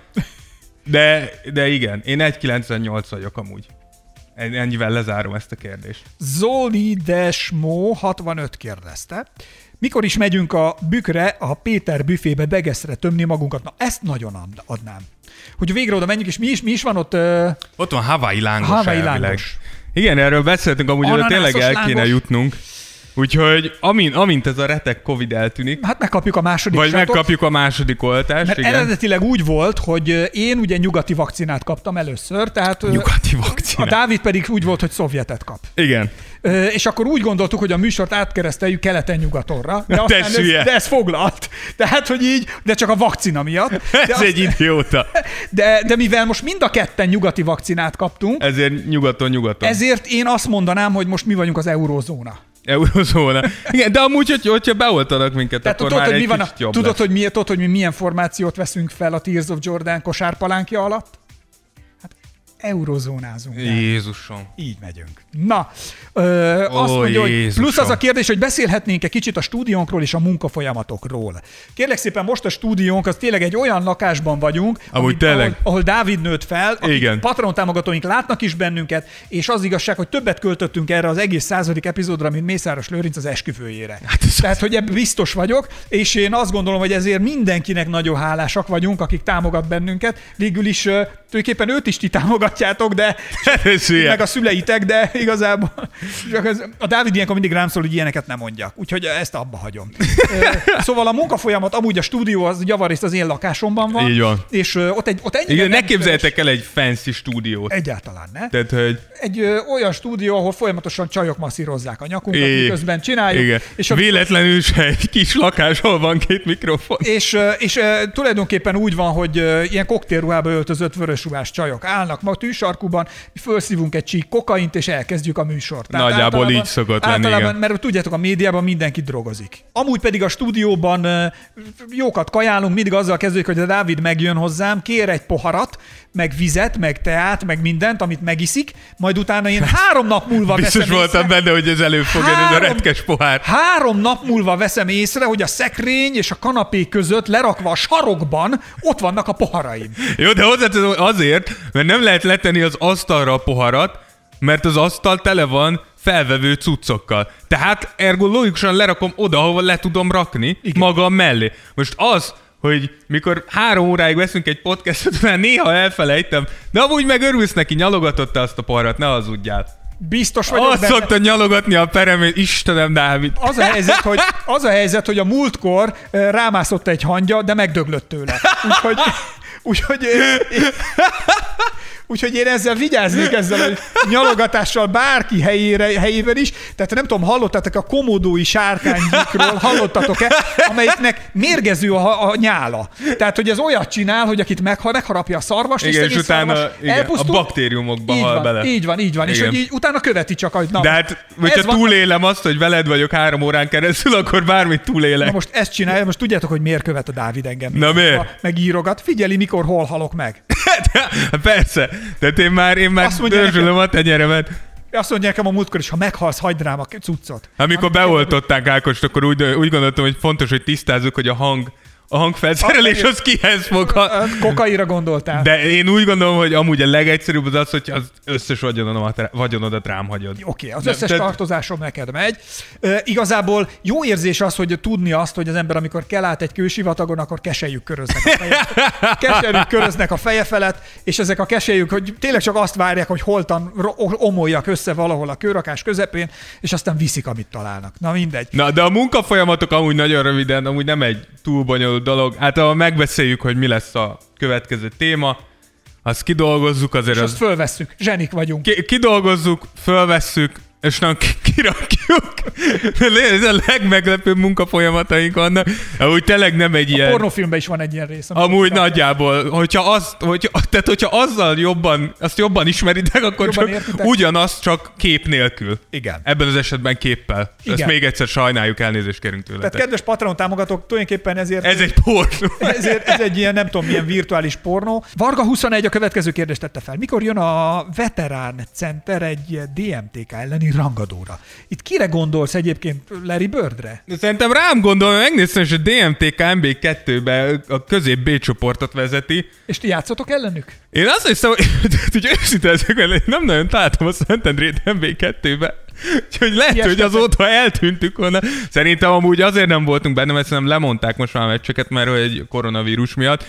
de, de igen, én egy kilencvennyolc vagyok amúgy. Ennyivel lezárom ezt a kérdést. Zoli Desmo hatvanöt kérdezte. Mikor is megyünk a Bükre, a Péter büfébe degeszre tömni magunkat? Na, ezt nagyon adnám. Hogy végre oda menjünk, és mi is, mi is van ott? Uh... Ott van Hawaii lángos Hawaii elvileg. lángos. Igen, erről beszéltünk, amúgy hogy tényleg el kéne lángos. jutnunk. Úgyhogy amint, amint ez a retek Covid eltűnik, hát megkapjuk a második Vagy sátot, megkapjuk a második oltást, mert igen. eredetileg úgy volt, hogy én ugye nyugati vakcinát kaptam először, tehát nyugati vakcinát. A Dávid pedig úgy volt, hogy szovjetet kap. Igen. És akkor úgy gondoltuk, hogy a műsort átkereszteljük keleten-nyugatorra, de, aztán ez, de ez foglalt. Tehát, hogy így, de csak a vakcina miatt. De ez azt, egy idióta. De, de mivel most mind a ketten nyugati vakcinát kaptunk, ezért nyugaton-nyugaton. Ezért én azt mondanám, hogy most mi vagyunk az eurózóna. Eurozóna. Igen, de amúgy, hogy, hogyha beoltanak minket, tehát akkor tudod, már egy mi kicsit jobb Tudod, lesz. hogy mi, tudod, hogy mi milyen formációt veszünk fel a Tears of Jordan kosárpalánkja alatt? Hát eurozónázunk. Jézusom. Így megyünk. Na, ö, Ó, azt mondja, hogy Jézusom. plusz az a kérdés, hogy beszélhetnénk-e kicsit a stúdiónkról és a munkafolyamatokról. Kérlek szépen, most a stúdiónk, az tényleg egy olyan lakásban vagyunk, Amúgy tényleg. Ahol, ahol Dávid nőtt fel, Igen. Patreon támogatóink látnak is bennünket, és az igazság, hogy többet költöttünk erre az egész századik epizódra, mint Mészáros Lőrinc az esküvőjére. Hát Tehát, hogy ebben biztos vagyok, és én azt gondolom, hogy ezért mindenkinek nagyon hálásak vagyunk, akik támogat bennünket. Végül is tulajdonképpen őt is ti támogatjátok, de meg a szüleitek, de igazából a Dávid ilyenkor mindig rám szól, hogy ilyeneket nem mondjak. Úgyhogy ezt abba hagyom. Szóval a munkafolyamat, amúgy a stúdió az javarészt az én lakásomban van. Így van. És ott egy ott Igen, ne képzeljetek el egy fancy stúdiót. Egyáltalán ne. Tehát, hogy... Egy ö, olyan stúdió, ahol folyamatosan csajok masszírozzák a nyakunkat, é, miközben csináljuk. Igen. És a... Véletlenül se egy kis lakás, ahol van két mikrofon. És, és, és tulajdonképpen úgy van, hogy ilyen koktélruhába öltözött vörösruhás csajok állnak, tűsarkuban, mi felszívunk egy csík kokaint, és elkezdjük a műsort. Tehát Nagyjából így szokott lenni, igen. Mert tudjátok, a médiában mindenki drogozik. Amúgy pedig a stúdióban jókat kajálunk, mindig azzal kezdődik, hogy a Dávid megjön hozzám, kér egy poharat, meg vizet, meg teát, meg mindent, amit megiszik, majd utána én három nap múlva Biztos veszem voltam észre, benne, hogy ez elő fog jönni, ez a retkes pohár. Három nap múlva veszem észre, hogy a szekrény és a kanapé között lerakva a sarokban ott vannak a poharaim. Jó, de hozzáteszem azért, mert nem lehet letenni az asztalra a poharat, mert az asztal tele van felvevő cuccokkal. Tehát ergo logikusan lerakom oda, ahova le tudom rakni, igen, magam mellé. Most az, hogy mikor három óráig veszünk egy podcastot, már néha elfelejtem, de amúgy meg örülsz neki, nyalogatott azt a poharat, ne hazudjál. Biztos vagyok Azt benne. szoktad nyalogatni a peremét, Istenem, Dávid. Az a helyzet, hogy, az a helyzet, hogy a múltkor rámászott egy hangya, de megdöglött tőle. Úgyhogy... Úgyhogy... Úgyhogy én ezzel vigyáznék, ezzel a nyalogatással bárki helyére, helyében is. Tehát nem tudom, hallottátok a komódói sárkánygyíkról, hallottatok-e, amelyiknek mérgező a, a nyála. Tehát, hogy ez olyat csinál, hogy akit megha, megharapja a szarvast, igen, és, és utána igen, a baktériumokba így hal van, bele. Így van, így van. Igen. És hogy így utána követi csak, hogy na. De hát, hogyha van... túlélem azt, hogy veled vagyok három órán keresztül, akkor bármit túlélek. Na most ezt csinálja, most tudjátok, hogy miért követ a Dávid engem. Na miért? Megírogat, figyeli, mikor, hol halok meg. Persze, tehát én már, én már dörzsölöm a tenyeremet. Azt mondja nekem a múltkor is, ha meghalsz, hagyd rám a cuccot. Amikor beoltották Ákost, akkor úgy, úgy gondoltam, hogy fontos, hogy tisztázzuk, hogy a hang A hangfelszerelés az kihez fog. Ha... Kokaira gondoltál. De én úgy gondolom, hogy amúgy a legegyszerűbb az az, hogy az összes vagyonodat, vagyonodat rám hagyod. Oké, okay, az összes te... tartozásom neked megy. Uh, igazából jó érzés az, hogy tudni azt, hogy az ember, amikor kell át egy kősivatagon, akkor keselyük köröznek a feje. Keselyük köröznek a feje felett, és ezek a keselyük, hogy tényleg csak azt várják, hogy holtan omoljak össze valahol a kőrakás közepén, és aztán viszik, amit találnak. Na mindegy. Na, de a munkafolyamatok amúgy nagyon röviden, amúgy nem egy túl bonyolult dolog. Hát ha megbeszéljük, hogy mi lesz a következő téma, azt kidolgozzuk azért. És az... azt fölvesszük. Zsenik vagyunk. Ki- kidolgozzuk, fölvesszük, és nem kirakjuk. Ez a legmeglepőbb munkafolyamataink vannak. Úgy tényleg nem egy a ilyen... A pornófilmben is van egy ilyen rész. Amúgy nagyjából, hogyha, azt, hogyha, tehát hogyha azzal jobban, azt jobban ismeritek, akkor jobban csak értitek? Ugyanaz, csak kép nélkül. Igen. Ebben az esetben képpel. És ezt még egyszer sajnáljuk, elnézést kérünk tőletek. Tehát kedves Patreon támogatók, tulajdonképpen ezért... Ez egy pornó. Ezért, ez egy ilyen, nem tudom, milyen virtuális pornó. Varga huszonegy a következő kérdést tette fel. Mikor jön a Veterán Center egy dé em té ká elleni rangadóra? Itt kire gondolsz egyébként, Larry Birdre? Szerintem rám gondolom, megnéztem, hogy a dé em té ká em bé kettőben a közép B csoportot vezeti. És ti játszotok ellenük? Én azt hiszem, hogy, hogy őszinte ezek, hogy nem nagyon találtam a Szentendrét em bé kettőbe. Úgyhogy lehet, Ilyes hogy azóta eltűntük volna. Szerintem amúgy azért nem voltunk benne, mert szerintem lemondták most már a meccseket, mert egy koronavírus miatt.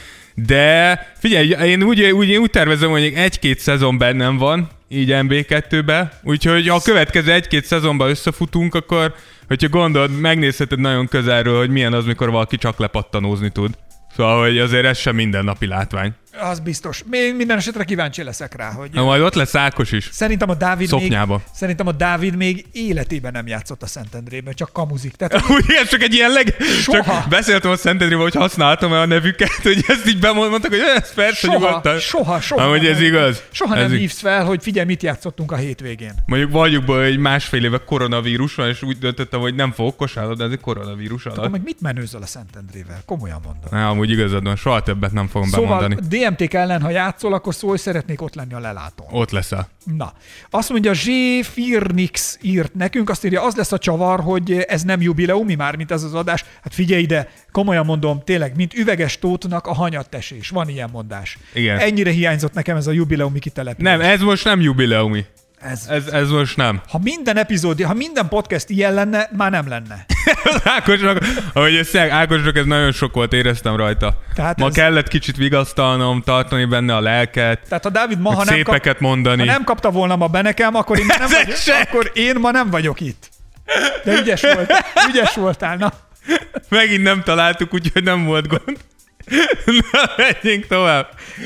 De figyelj, én úgy, úgy, én úgy tervezem, hogy egy-két szezon bennem van, így em bé kettőbe, úgyhogy ha a következő egy-két szezonban összefutunk, akkor, hogyha gondolod, megnézheted nagyon közelről, hogy milyen az, mikor valaki csak lepattanózni tud. Szóval, hogy azért ez sem mindennapi látvány. Az biztos. Még minden esetre kíváncsi leszek rá, hogy... Na, majd ott lesz Ákos is. Szerintem a Dávid Szoknyába. még, szerintem a Dávid még életében nem játszott a Szentendrében, csak kamuzik. Tehát, úgy, ez csak egy ilyen leg... Soha. Csak beszéltem a Szentendrével, hogy használtam a nevüket, hogy ezt így bemondtak, hogy ez persze soha, nyugodtan. Soha, soha. Amúgy ez igaz. Soha ez nem ig- hívsz fel, hogy figyelj, mit játszottunk a hétvégén. Mondjuk valljuk be, hogy másfél éve koronavírus van, és úgy döntöttem, hogy nem fogok kosárlabdázni, de ez egy koronavírus alatt. Akkor meg mit menőzöl a Szentendrével? Komolyan mondom. Na, amúgy igazad van, soha többet nem fogom szóval bemondani. Szóval dé em té ká ellen, ha játszol, akkor szólj, szeretnék ott lenni a lelátón. Ott leszel. Na, azt mondja, Zsé Firnix írt nekünk, azt írja, az lesz a csavar, hogy ez nem jubileumi már, mint ez az adás. Hát figyelj ide, komolyan mondom, tényleg, mint üveges tótnak a hanyattesés. Van ilyen mondás. Igen. Ennyire hiányzott nekem ez a jubileumi kitelepülés. Nem, ez most nem jubileumi. Ez, ez, ez most nem. Ha minden epizód, ha minden podcast ilyen lenne, már nem lenne. Ákosnak, ahogy ez, Ákosnak ez nagyon sok volt, éreztem rajta. Tehát ma ez... kellett kicsit vigasztalnom, tartani benne a lelket. Tehát ha Dávid ma, ha nem, szépeket kap... mondani. ha nem kapta volna ma be nekem, akkor én, nem vagyok, akkor én ma nem vagyok itt. De ügyes voltál, ügyes voltál, na. Megint nem találtuk, úgyhogy nem volt gond. Na, menjünk tovább.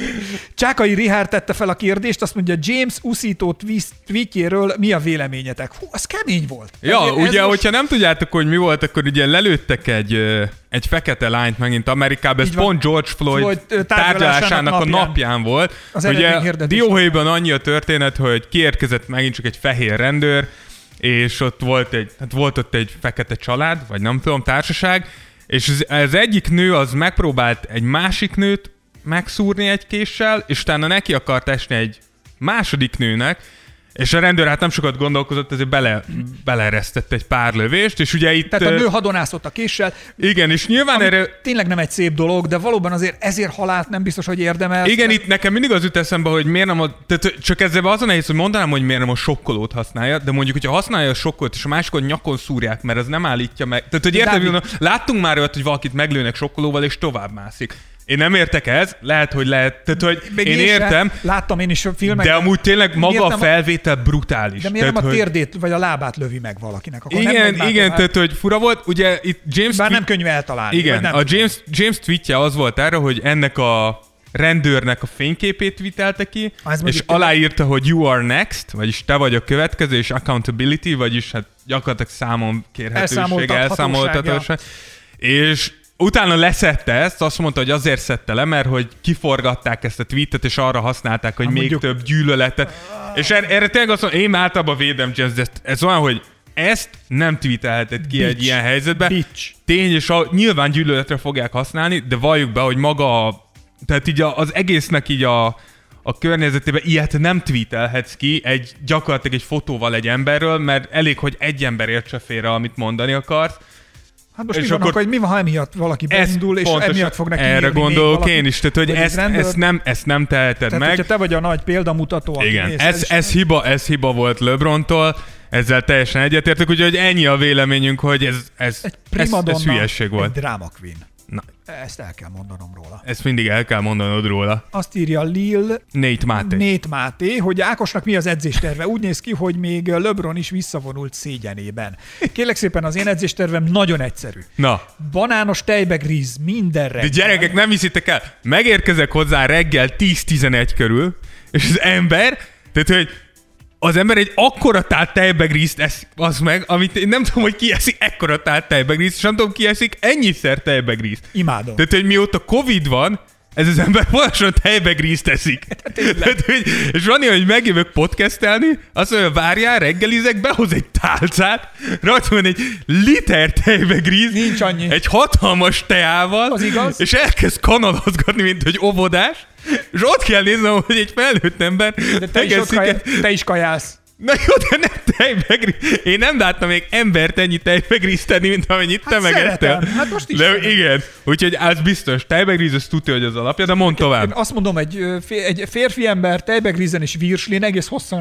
Csákai Richárd tette fel a kérdést, azt mondja, James uszító tweetjéről mi a véleményetek? Hú, az kemény volt. Ja, Ezért ugye, most... hogyha nem tudjátok, hogy mi volt, akkor ugye lelőttek egy, egy fekete lányt megint Amerikában, ez pont George Floyd, Floyd tárgyalásának a napján, napján volt. Az ugye Dióhéjban annyi a történet, hogy kiérkezett megint csak egy fehér rendőr, és ott volt, egy, hát volt ott egy fekete család, vagy nem tudom, társaság, és az, az egyik nő az megpróbált egy másik nőt megszúrni egy késsel, és utána neki akart esni egy második nőnek, és a rendőr hát nem sokat gondolkozott, ezért bele, beleeresztett egy pár lövést, és ugye itt... Tehát a nő hadonászott a késsel. Igen, és nyilván erre... Tényleg nem egy szép dolog, de valóban azért ezért halált nem biztos, hogy érdemel. Igen, itt nekem mindig az jut eszembe, hogy miért nem a... Tehát csak ezzel az a nehéz, hogy mondanám, hogy miért nem a sokkolót használja, de mondjuk, hogyha használja a sokkolót, és a másikon nyakon szúrják, mert az nem állítja meg. Tehát, hogy érted, láttunk már olyat, hogy valakit meglőnek sokkolóval, és tovább mászik. Én nem értek ez, lehet, hogy lehet, tehát, hogy még én én értem. Sem. Láttam én is a filmeket. De amúgy tényleg maga a felvétel brutális. De miért tehát, nem a hogy... térdét vagy a lábát lövi meg valakinek? Akkor igen, nem igen, tehát hogy fura volt. Ugye itt James... Bár nem könnyű eltalálni. Igen, a James, James tweetje az volt erre, hogy ennek a rendőrnek a fényképét vitelte ki, ah, és aláírta, hogy you are next, vagyis te vagy a következő, és accountability, vagyis hát gyakorlatilag számon kérhetőség, elszámoltatóság. És utána leszette ezt, azt mondta, hogy azért szedte le, mert hogy kiforgatták ezt a tweetet, és arra használták, hogy ha, még mondjuk... több gyűlöletet. És erre, erre tényleg azt mondom, én általában védem James, de ez olyan, hogy ezt nem tweetelhetett ki Bitch. Egy ilyen helyzetben. Bitch. Tény, és a, nyilván gyűlöletre fogják használni, de valljuk be, hogy maga a, tehát így a, az egésznek így a, a környezetében ilyet nem tweetelhetsz ki egy, gyakorlatilag egy fotóval egy emberről, mert elég, hogy egy ember értse félre, amit mondani akarsz. Hát most mi van, akkor, hogy mi van, ha emiatt valaki beindul, és emiatt fog neki erre gondolok én is, tehát hogy ezt, rendőr... ezt, nem, ezt nem teheted tehát, meg. Tehát, te vagy a nagy példamutató, aki igen, mész, ez, ez, ez, hiba, ez hiba volt LeBrontól, ezzel teljesen egyetértek, úgyhogy ennyi a véleményünk, hogy ez, ez, ez, ez hülyesség volt. Egy drama queen. Na. Ezt el kell mondanom róla. Ezt mindig el kell mondanod róla. Azt írja Lil Nate Máté. Nate Máté, hogy Ákosnak mi az edzésterve. Úgy néz ki, hogy még LeBron is visszavonult szégyenében. Kérlek szépen, az én edzéstervem nagyon egyszerű. Na. Banános tejbegríz minden reggel. De gyerekek, nem hiszitek el. Megérkezek hozzá reggel tíz-tizenegy körül, és az ember, tehát hogy az ember egy akkora tált tejbegrízt eszik az meg, amit én nem tudom, hogy ki eszik ekkora tált tejbegrízt, és nem tudom, ki eszik ennyiszer tejbegrízt. Imádom. Tehát, hogy mióta Covid van, ez az ember pontosan tejbegrízt eszik. Tehát, hogy, és van ilyen, hogy megjövök podcastelni, azt mondja, várjál, reggelizek, behoz egy tálcát, rajta van egy liter tejbegríz, nincs annyi. Egy hatalmas teával, az igaz. És elkezd kanalazgatni, mint hogy óvodás, és ott kell néznem, hogy egy felnőtt ember... De te, is, kaja, te is kajálsz. Na jó, de nem tejbegríz. Én nem láttam még embert ennyi tejbegrízt tenni, mint amennyit hát te megettél. Hát most is. De szeretem. Igen, úgyhogy az biztos. Tejbegríz, az tudja, hogy az alapja, de mondd tovább. Én azt mondom, egy, egy férfi ember tejbegrízen és virslin egész hosszan...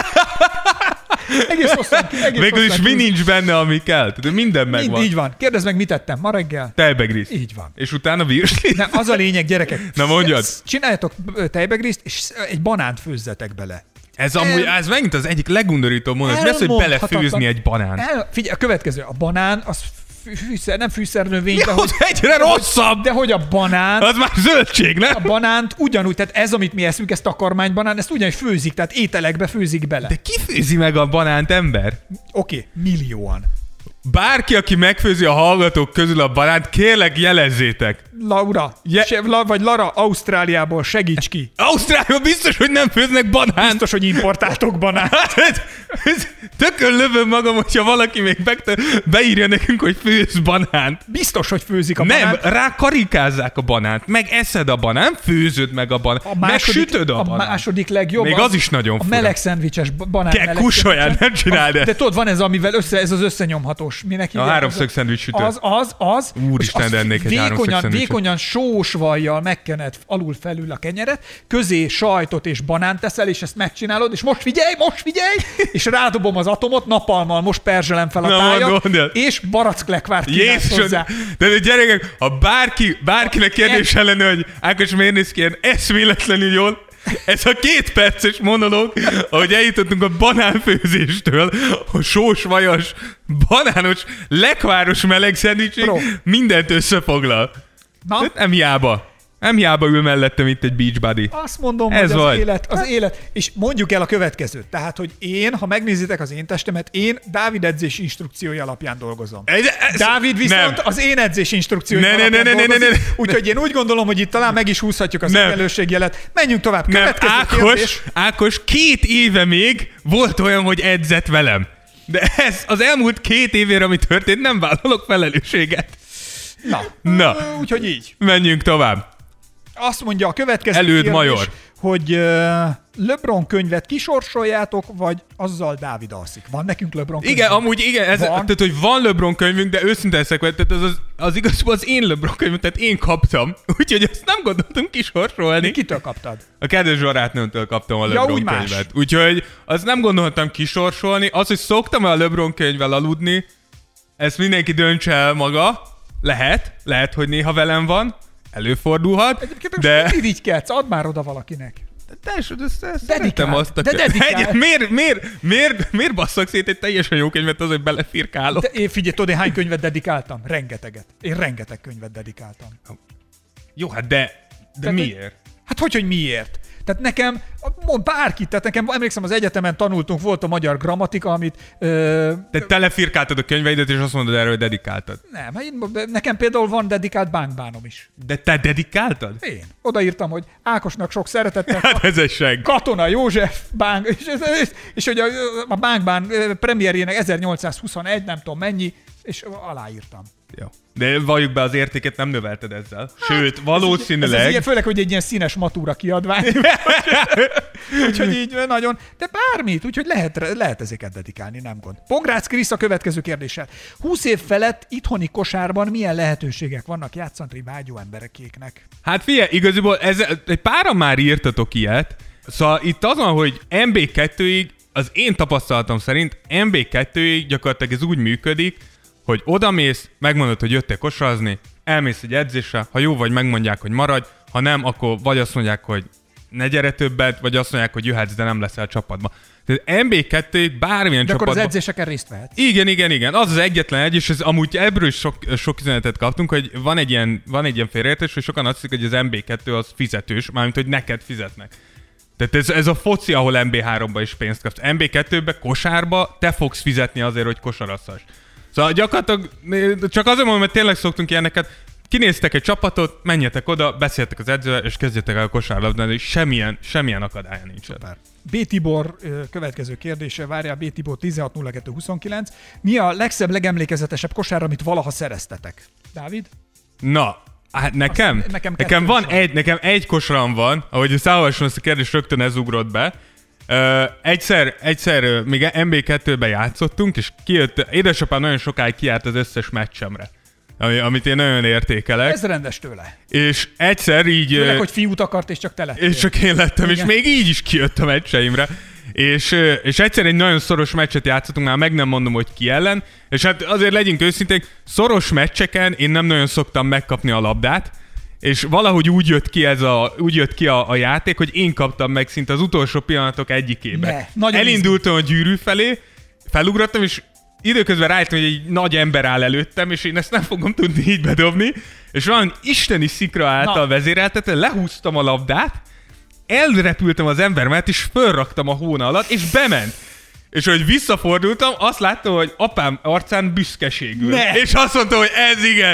egész hosszan... Végül is mi nincs benne, ami kell. Tehát minden megvan. Mind, így van. Kérdezd meg, mit tettem ma reggel? Tejbegríz. Így van. És utána virsli? Nem, az a lényeg, gyerekek. Na mondjad. Csináljatok tejbegrízt, és egy banánt főzzetek bele. Ez amúgy, el, ez megint az egyik legundorítóbb mondat. Mi az, hogy belefőzni egy banánt? El, figyelj, a következő. A banán, az fűszer, nem fűszernövény, ja, de hogy... egyre rosszabb! De hogy a banán... Az már zöldség, nem? A banánt ugyanúgy, tehát ez, amit mi eszünk, ez takarmánybanán, ezt ugyanúgy főzik, tehát ételekbe főzik bele. De ki főzi meg a banánt, ember? Oké, okay, millióan. Bárki, aki megfőzi a hallgatók közül a banánt, kérlek jelezzétek. Laura, Je- se, la, vagy Lara, Ausztráliából segíts ki. Ausztráliában biztos, hogy nem főznek banánt. Biztos, hogy importáltok banánt. Hát, tökön lövöm magam, hogyha valaki még beírja nekünk, hogy főz banánt. Biztos, hogy főzik a nem, banánt. Nem, rá karikázzák a banánt, meg eszed a banánt, nem főzöd meg a banánt, a második, meg sütöd a, a banánt. A második legjobb. Még az is nagyon a fura. A meleg szendvicses banán. Kell kussoljál, nem csináld ezt. De tudod, van ez, amivel össze, ez az összenyomhatós. Minek a háromszög szendvics sütő. Az, az, az. Úristen, de ennék egy háromszög szendvicset. Vékonyan sós vajjal megkened alul-felül a kenyeret, közé sajtot és banánt teszel, és ezt megcsinálod, és most figyelj, most figyelj, és rádobom az atomot, napalmal most perzselem fel a tájat, és baracklekvárt kínálsz hozzá. De gyerekek, ha bárki, bárkinek kérdése lenne, hogy Ákos miért néz ki ilyen eszméletlenül jól, ez a két perces monológ, ahogy eljutottunk a banánfőzéstől, a sós, vajas, banános, lekváros meleg szendvicsig, mindent összefoglal. Na? Nem hiába. Nem hiába ül mellettem itt egy beach buddy. Azt mondom, Ez hogy az vagy. élet, az élet. És mondjuk el a következőt. Tehát, hogy én, ha megnézitek az én testemet, én Dávid edzés instrukciói alapján dolgozom. Ez, ez, Dávid viszont nem. az én edzés instrukciói Ne, ne, alapján ne, ne, ne, dolgozik. ne, ne. Úgyhogy én úgy gondolom, hogy itt talán meg is húzhatjuk az Nem. egyenlőségjelet. Menjünk tovább. Nem, Következő Ákos, kérdés. Ákos két éve még volt olyan, hogy edzett velem. De ez az elmúlt két évére, ami történt, nem vállalok felelősséget. Na, Na. úgyhogy így. Menjünk tovább. Azt mondja a következő Előd, kérdés, major. hogy uh, LeBron könyvet kisorsoljátok, vagy azzal Dávid alszik. Van nekünk LeBron könyv? Igen, amúgy igen, ez, Van. tehát, hogy van LeBron könyvünk, de őszintén leszek, tehát az, az, az igazából az én LeBron könyvünk, tehát én kaptam. Úgyhogy azt nem gondoltam kisorsolni. Kitől kaptad? A kedves barátnőmtől kaptam a Ja, LeBron úgy más. könyvet. Úgyhogy azt nem gondoltam kisorsolni. Az, hogy szoktam a LeBron könyvvel aludni, ezt mindenki döntse el maga. Lehet, lehet, hogy néha velem van. Előfordulhat, Egyébként de... most irigykedsz, add már oda valakinek. Tesó, de ezt szeretem Dedikáld, azt a de könyvet. dedikáld. Egy- Miért, miért, miért, miért basszak szét egy teljesen jó könyvet az, hogy belefirkálok? De én figyelj, tudod, én hány könyvet dedikáltam? Rengeteget. Én rengeteg könyvet dedikáltam. Jó, hát de, de Tehát, miért? Hát hogy, hogy miért? Tehát nekem, mond bárkit, tehát nekem, emlékszem, az egyetemen tanultunk, volt a magyar grammatika, amit... Ö, Te telefirkáltad a könyveidet, és azt mondod erről, hogy dedikáltad. nem, hát én- nekem például van dedikált bánkbánom is. De te dedikáltad? Én. Odaírtam, hogy Ákosnak sok szeretettel, Hát ez egy seg. Katona József bánk, és, és, és hogy a, a bánkbán premierjének ezernyolcszázhuszonegy, nem tudom mennyi, és aláírtam. Jó. De valljuk be, az értéket nem növelted ezzel. Sőt, Ez, ez valószínűleg... ilyen, főleg, hogy egy ilyen színes matúra kiadvány. Úgyhogy így nagyon, de bármit, úgyhogy lehet, lehet ezeket dedikálni, nem gond. Pongrácz Krisz a következő kérdéssel. húsz év felett itthoni kosárban milyen lehetőségek vannak játszani vágyó emberekéknek? Hát figyelj, igazából ez, egy páran már írtatok ilyet. Szóval itt az van, hogy en bé kettőig, az én tapasztalatom szerint en bé kettőig gyakorlatilag ez úgy működik, hogy odamész, megmondod, hogy jöttél kosarazni, elmész egy edzésre, ha jó vagy, megmondják, hogy maradj, ha nem, akkor vagy azt mondják, hogy ne gyere többet, vagy azt mondják, hogy jöhetsz, de nem leszel a csapatba. Tehát en bé kettőig bármilyen De akkor csapatba... az edzéseken részt vehetsz. Igen, igen, igen. Az az egyetlen egy, és ez amúgy ebből is sok, sok üzenetet kaptunk, hogy van egy ilyen, van egy ilyen félreértés, hogy sokan azt hiszik, hogy az en bé kettő az fizetős, mármint, hogy neked fizetnek. Tehát ez, ez a foci, ahol en bé háromba is pénzt kapsz. en bé kettőbe, kosárba te fogsz fizetni azért, hogy kosarasszas. Szóval gyakorlatilag csak azért mondom, mert tényleg szoktunk ilyeneket, kinéztek egy csapatot, menjetek oda, beszéltek az edzővel, és kezdjetek el a kosárlabdálni, és semmilyen, semmilyen akadálya nincsen. B. Tibor ö, következő kérdése, várjál, B. Tibor tizenhat nulla kettő huszonkilenc. Mi a legszebb, legemlékezetesebb kosár, amit valaha szereztetek? Dávid? Na, hát nekem? Azt, nekem nekem van van. egy, nekem egy kosaram van, ahogy a szállvason ezt a kérdés rögtön ez ugrott be. Uh, egyszer, egyszer uh, még en bé kettőben játszottunk, és kijött, édesapám nagyon sokáig kijárt az összes meccsemre, ami, amit én nagyon értékelek. Ez rendes tőle. És egyszer így... Főleg, uh, hogy fiút akart, és csak te lettél. És csak én lettem, Igen. és még így is kijött a meccseimre. És, uh, és egyszer egy nagyon szoros meccset játszottunk, már meg nem mondom, hogy ki ellen, és hát azért legyünk őszinték, szoros meccseken én nem nagyon szoktam megkapni a labdát, és valahogy úgy jött ki, ez a, úgy jött ki a, a játék, hogy én kaptam meg szinte az utolsó pillanatok egyikében. Ne, nagyon Elindultam a gyűrű felé, felugrottam, és időközben rájöttem, hogy egy nagy ember áll előttem, és én ezt nem fogom tudni így bedobni, és valami isteni szikra által vezéreltetve, lehúztam a labdát, elrepültem az ember mellett, és fölraktam a hóna alatt, és bement. És hogy visszafordultam, azt láttam, hogy apám arcán büszkeségül. Ne. És azt mondta, hogy ez igen.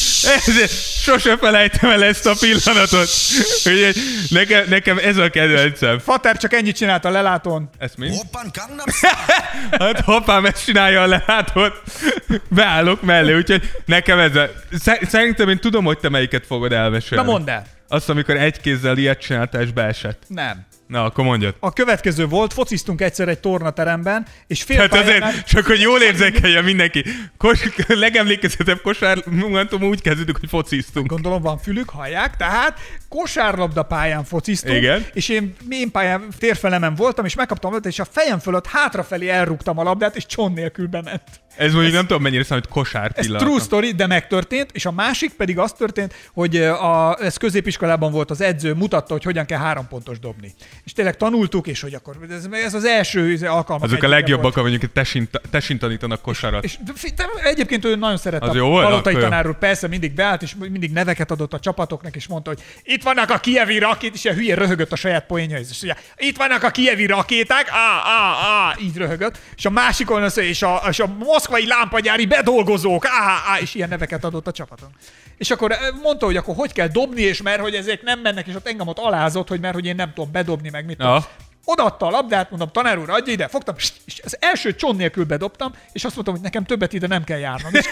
Ez, sose felejtem el ezt a pillanatot. Úgyhogy nekem, nekem ez a kedvencem. Fater csak ennyit csinált a lelátón. Ezt mi? Oppan Gangnam Style. Hát ha apám ezt csinálja a lelátót, beállok mellé, úgyhogy nekem ez a... Szerintem én tudom, hogy te melyiket fogod elmesélni. Na mondd el. Azt, amikor egy kézzel ilyet csináltál és beesett. Nem. Na, akkor mondjad. A következő volt, fociztunk egyszer egy tornateremben, és fél Tehát pályánál... azért, csak hogy jól érzékelje mindenki. Kos, legemlékezetebb kosár momentum úgy kezdődik, hogy fociztunk. Gondolom van fülük, hallják, tehát kosárlabda pályán fociztunk, Igen. és én, én pályán térfelemen voltam, és megkaptam a labdát, és a fejem fölött hátrafelé elrúgtam a labdát, és csont nélkül bement. Ez mondjuk nem tudom mennyire számít kosár Ez pillanat. true story, de megtörtént, és a másik pedig az történt, hogy a, ez középiskolában volt, az edző mutatta, hogy hogyan kell három pontos dobni. és tényleg tanultuk, és hogy akkor ez, ez az első alkalmak. Azok a legjobbak, mondjuk tesin, tesin tanítanak kosarat. És, és de egyébként ő nagyon szerette az a jó, Palotai jó. tanár úr, persze mindig beállt, és mindig neveket adott a csapatoknak, és mondta, hogy itt vannak a kijevi rakét, és ilyen hülye röhögött a saját poénja, és ugye, itt vannak a kijevi rakéták, á, á, á, így röhögött, és a másikon az, és a, és a moszkvai lámpagyári bedolgozók, á, á, és ilyen neveket adott a csapaton. És akkor mondta, hogy akkor hogy kell dobni, és mert hogy ezek nem mennek, és ott engem ott alázott, hogy mert hogy én nem tudom bedobni, meg mit tudom. Odaadta a labdát, mondom, tanár úr, adja ide, fogtam, és az első csont nélkül bedobtam, és azt mondtam, hogy nekem többet ide nem kell járnom. És,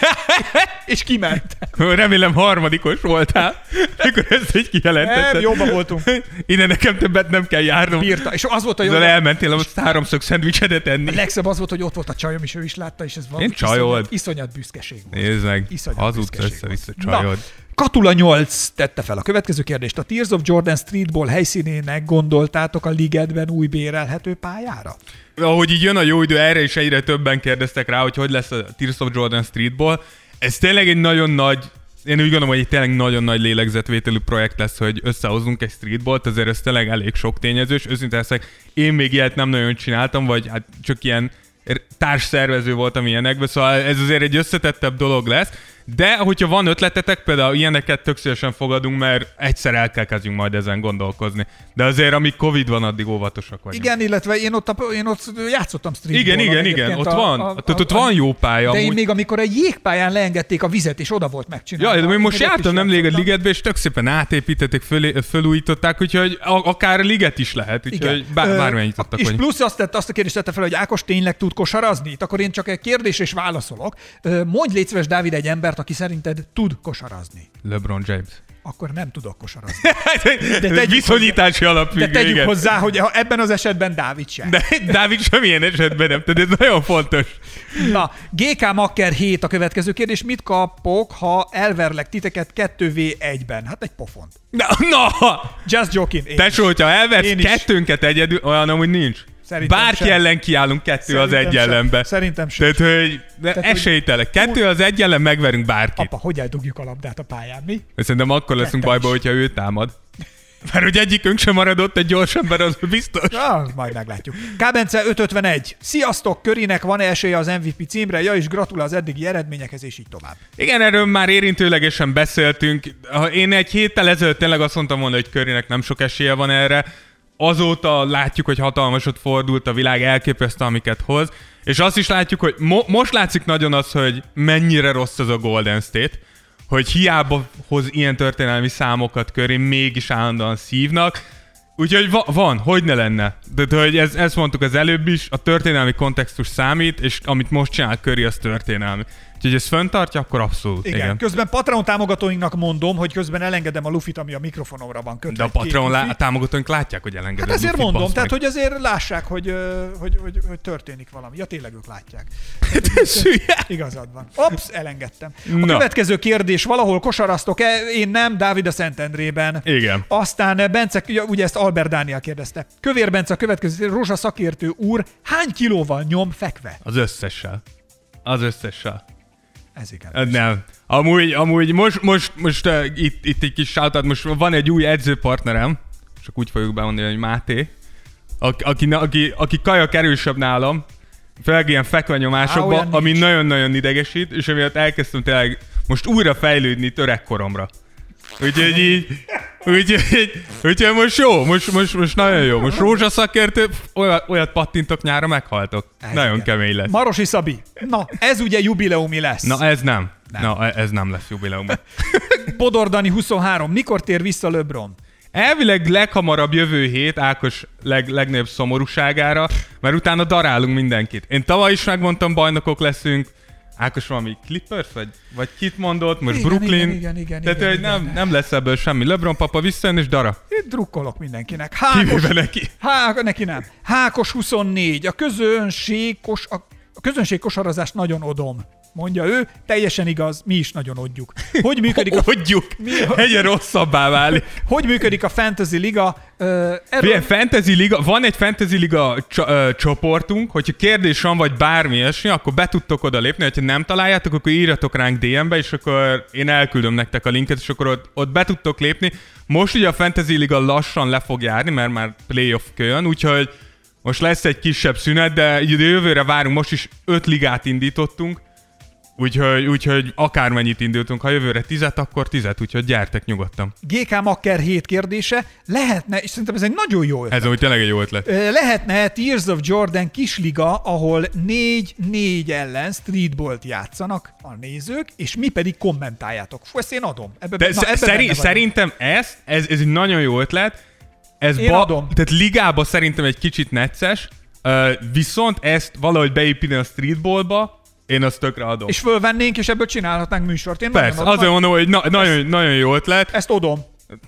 és kimentem. Remélem harmadikos voltál, akkor ezt így kijelentetted. Nem, jobban voltunk. Ide nekem többet nem kell járnom. Bírta. És az volt a jó. Ezzel elmentél a háromszög szendvicsedet enni. A legszebb az volt, hogy ott volt a csajom, és ő is látta, és ez valami iszonyat, iszonyat büszkeség volt. Nézd meg, Iszonyat hazudsz össze-vissza csajod. Katula nyolc tette fel a következő kérdést. A Tears of Jordan Streetball helyszínének gondoltátok a Ligetben új bérelhető pályára? Ahogy így jön a jó idő, erre is egyre többen kérdeztek rá, hogy hogy lesz a Tears of Jordan Streetball. Ez tényleg egy nagyon nagy, én úgy gondolom, hogy egy tényleg nagyon nagy lélegzetvételű projekt lesz, hogy összehozunk egy streetballt, azért ez tényleg elég sok tényezős. Őszintén leszek, én még ilyet nem nagyon csináltam, vagy hát csak ilyen társszervező voltam ilyenekben, szóval ez azért egy összetettebb dolog lesz, de hogyha van ötletetek, például ilyeneket tök szívesen fogadunk, mert egyszer el kell kezdjünk majd ezen gondolkozni. De azért, amíg Covid van, addig óvatosak vagyunk. Igen, illetve én ott, a, én ott játszottam streetballon. Igen, igen, igen, ott a, van. A, a, a, ott van jó pálya. De amúgy... én még amikor egy jégpályán leengedték a vizet, és oda volt megcsinálva. Ja, de én most jártam nemrég a ligetbe, és tök szépen átépítették, föl, fölújították, úgyhogy akár liget is lehet, úgyhogy bár, bármilyen nyitottak És vagy. plusz azt, tett, azt a kérdést tette fel, hogy Ákos tényleg tud kosarazni? Itt akkor én csak egy kérdés és válaszolok. Mondj légy szíves, Dávid, egy embert, aki szerinted tud kosarazni. LeBron James. Akkor nem tudok kosarazni. De tegyük viszonyítási alapfüggő. De tegyük igen. hozzá, hogy ebben az esetben Dávid sem. De Dávid semmilyen esetben nem, tehát ez nagyon fontos. Na, gé ká Makker hét a következő kérdés. Mit kapok, ha elverlek titeket kettő vé egyben? Hát egy pofont. Na! na. Just joking. Tesó, hogyha elversz kettőnket egyedül, olyan amúgy nincs. Szerintem Bárki sem. ellen kiállunk kettő Szerintem az egy sem. ellenbe. Szerintem sem. Tehát, hogy esélytelen. Kettő az egy ellen megverünk bárkit. Apa, hogy eldugjuk a labdát a pályán, mi? Szerintem akkor leszünk Kettős. bajba, hogyha ő támad. Mert hogy egyikünk sem maradott egy gyors ember, az biztos. Ja, majd meglátjuk. Kábence ötszázötvenegy. Sziasztok, Körinek van esélye az em vé pé címre? Ja, és gratulál az eddigi eredményekhez, és így tovább. Igen, erről már érintőlegesen beszéltünk. Én egy héttel ezelőtt tényleg azt mondtam volna, hogy Körinek nem sok esélye van erre. Azóta látjuk, hogy hatalmasot fordult a világ, elképesztő, amiket hoz. És azt is látjuk, hogy mo- most látszik nagyon az, hogy mennyire rossz az a Golden State, hogy hiába hoz ilyen történelmi számokat Curry, mégis állandóan szívnak. Úgyhogy va- van, hogy ne lenne. De hogy ez, ezt mondtuk az előbb is, a történelmi kontextus számít, és amit most csinál Curry, az történelmi. Úgyhogy ez föntartja, akkor abszolút. Igen. igen. Közben Patreon támogatóinknak mondom, hogy közben elengedem a lufit, ami a mikrofonomra van kötve. De a Patreon lá- támogatóink látják, hogy elengedem. Hát ezért lufit, mondom, tehát hogy azért lássák, hogy, hogy, hogy, hogy történik valami. Ja, tényleg ők látják. Igazad van. Ops, elengedtem. A no. következő kérdés, valahol kosaraztok-e? Én nem, Dávid a Szentendrében. Igen. Aztán Bence, ugye ezt Albert Dániel kérdezte. Kövér Bence a következő, Rózsa szakértő úr, hány kilóval nyom fekve? Az összessel. Az összessel. Ez igen. Nem. Amúgy, amúgy most, most, most uh, itt, itt egy kis shoutout, most van egy új edzőpartnerem, csak úgy fogjuk bemondani, hogy Máté, aki, aki, aki, aki kajak erősebb nálam, főleg ilyen fekvenyomásokban, ami nincs. Nagyon-nagyon idegesít, és emiatt elkezdtem tényleg most újra fejlődni öregkoromra. Úgyhogy így, úgyhogy, úgyhogy most jó, most, most, most nagyon jó. Most rózsaszakértő, olyat, olyat pattintok nyára, meghaltok. Ez nagyon igen. kemény lesz. Marosi Szabi, na ez ugye jubileumi lesz. Na ez nem. nem. Na ez nem lesz jubileumi. Bodordani huszonhárom, mikor tér vissza LeBron? Elvileg leghamarabb jövő hét Ákos leg, legnagyobb szomorúságára, mert utána darálunk mindenkit. Én tavaly is megmondtam, bajnokok leszünk. Ákos valami Clippers, vagy, vagy kit mondott, most igen, Brooklyn. Igen, igen, igen, Tehát, igen, hogy igen. Nem, nem lesz ebből semmi. LeBron papa visszajön, és dara. Én drukkolok mindenkinek. Hákos, neki. Há, neki nem. Hákos huszonnégy. A közönség, kos, a, a közönség kosarazást nagyon odom. mondja ő, teljesen igaz, mi is nagyon odjuk. Hogy működik a... Odjuk! Egyre rosszabbá válik. Hogy működik a Fantasy Liga? Uh, erről... Ilyen Fantasy Liga, van egy Fantasy Liga c- uh, csoportunk, hogyha kérdés van, vagy bármi ilyesmi, akkor be tudtok oda lépni, hogyha nem találjátok, akkor írjatok ránk dé em-be, és akkor én elküldöm nektek a linket, és akkor ott, ott be tudtok lépni. Most ugye a Fantasy Liga lassan le fog járni, mert már playoff jön, úgyhogy most lesz egy kisebb szünet, de jövőre várunk, most is öt ligát indítottunk, úgyhogy, úgyhogy akármennyit indultunk, ha jövőre tizet, akkor tizet, úgyhogy gyertek nyugodtan. gé ká Makker hét kérdése, lehetne, és szerintem ez egy nagyon jó ötlet. Ez úgy tényleg egy jó ötlet. Lehetne Tears of Jordan kisliga, ahol négy négy ellen streetballt játszanak a nézők, és mi pedig kommentáljátok. Fú, ezt én adom. Ebbe, De na, sz- szeri- szerintem ez, ez, ez egy nagyon jó ötlet. Ez Én ba- adom. Tehát ligába szerintem egy kicsit necces, uh, viszont ezt valahogy beépíteni a streetballba, én azt tökre adom. És fölvennénk, és ebből csinálhatnánk műsort. Én Persze, nagyon azért mondom, hogy na- nagyon, nagyon jó ötlet. Ezt adom.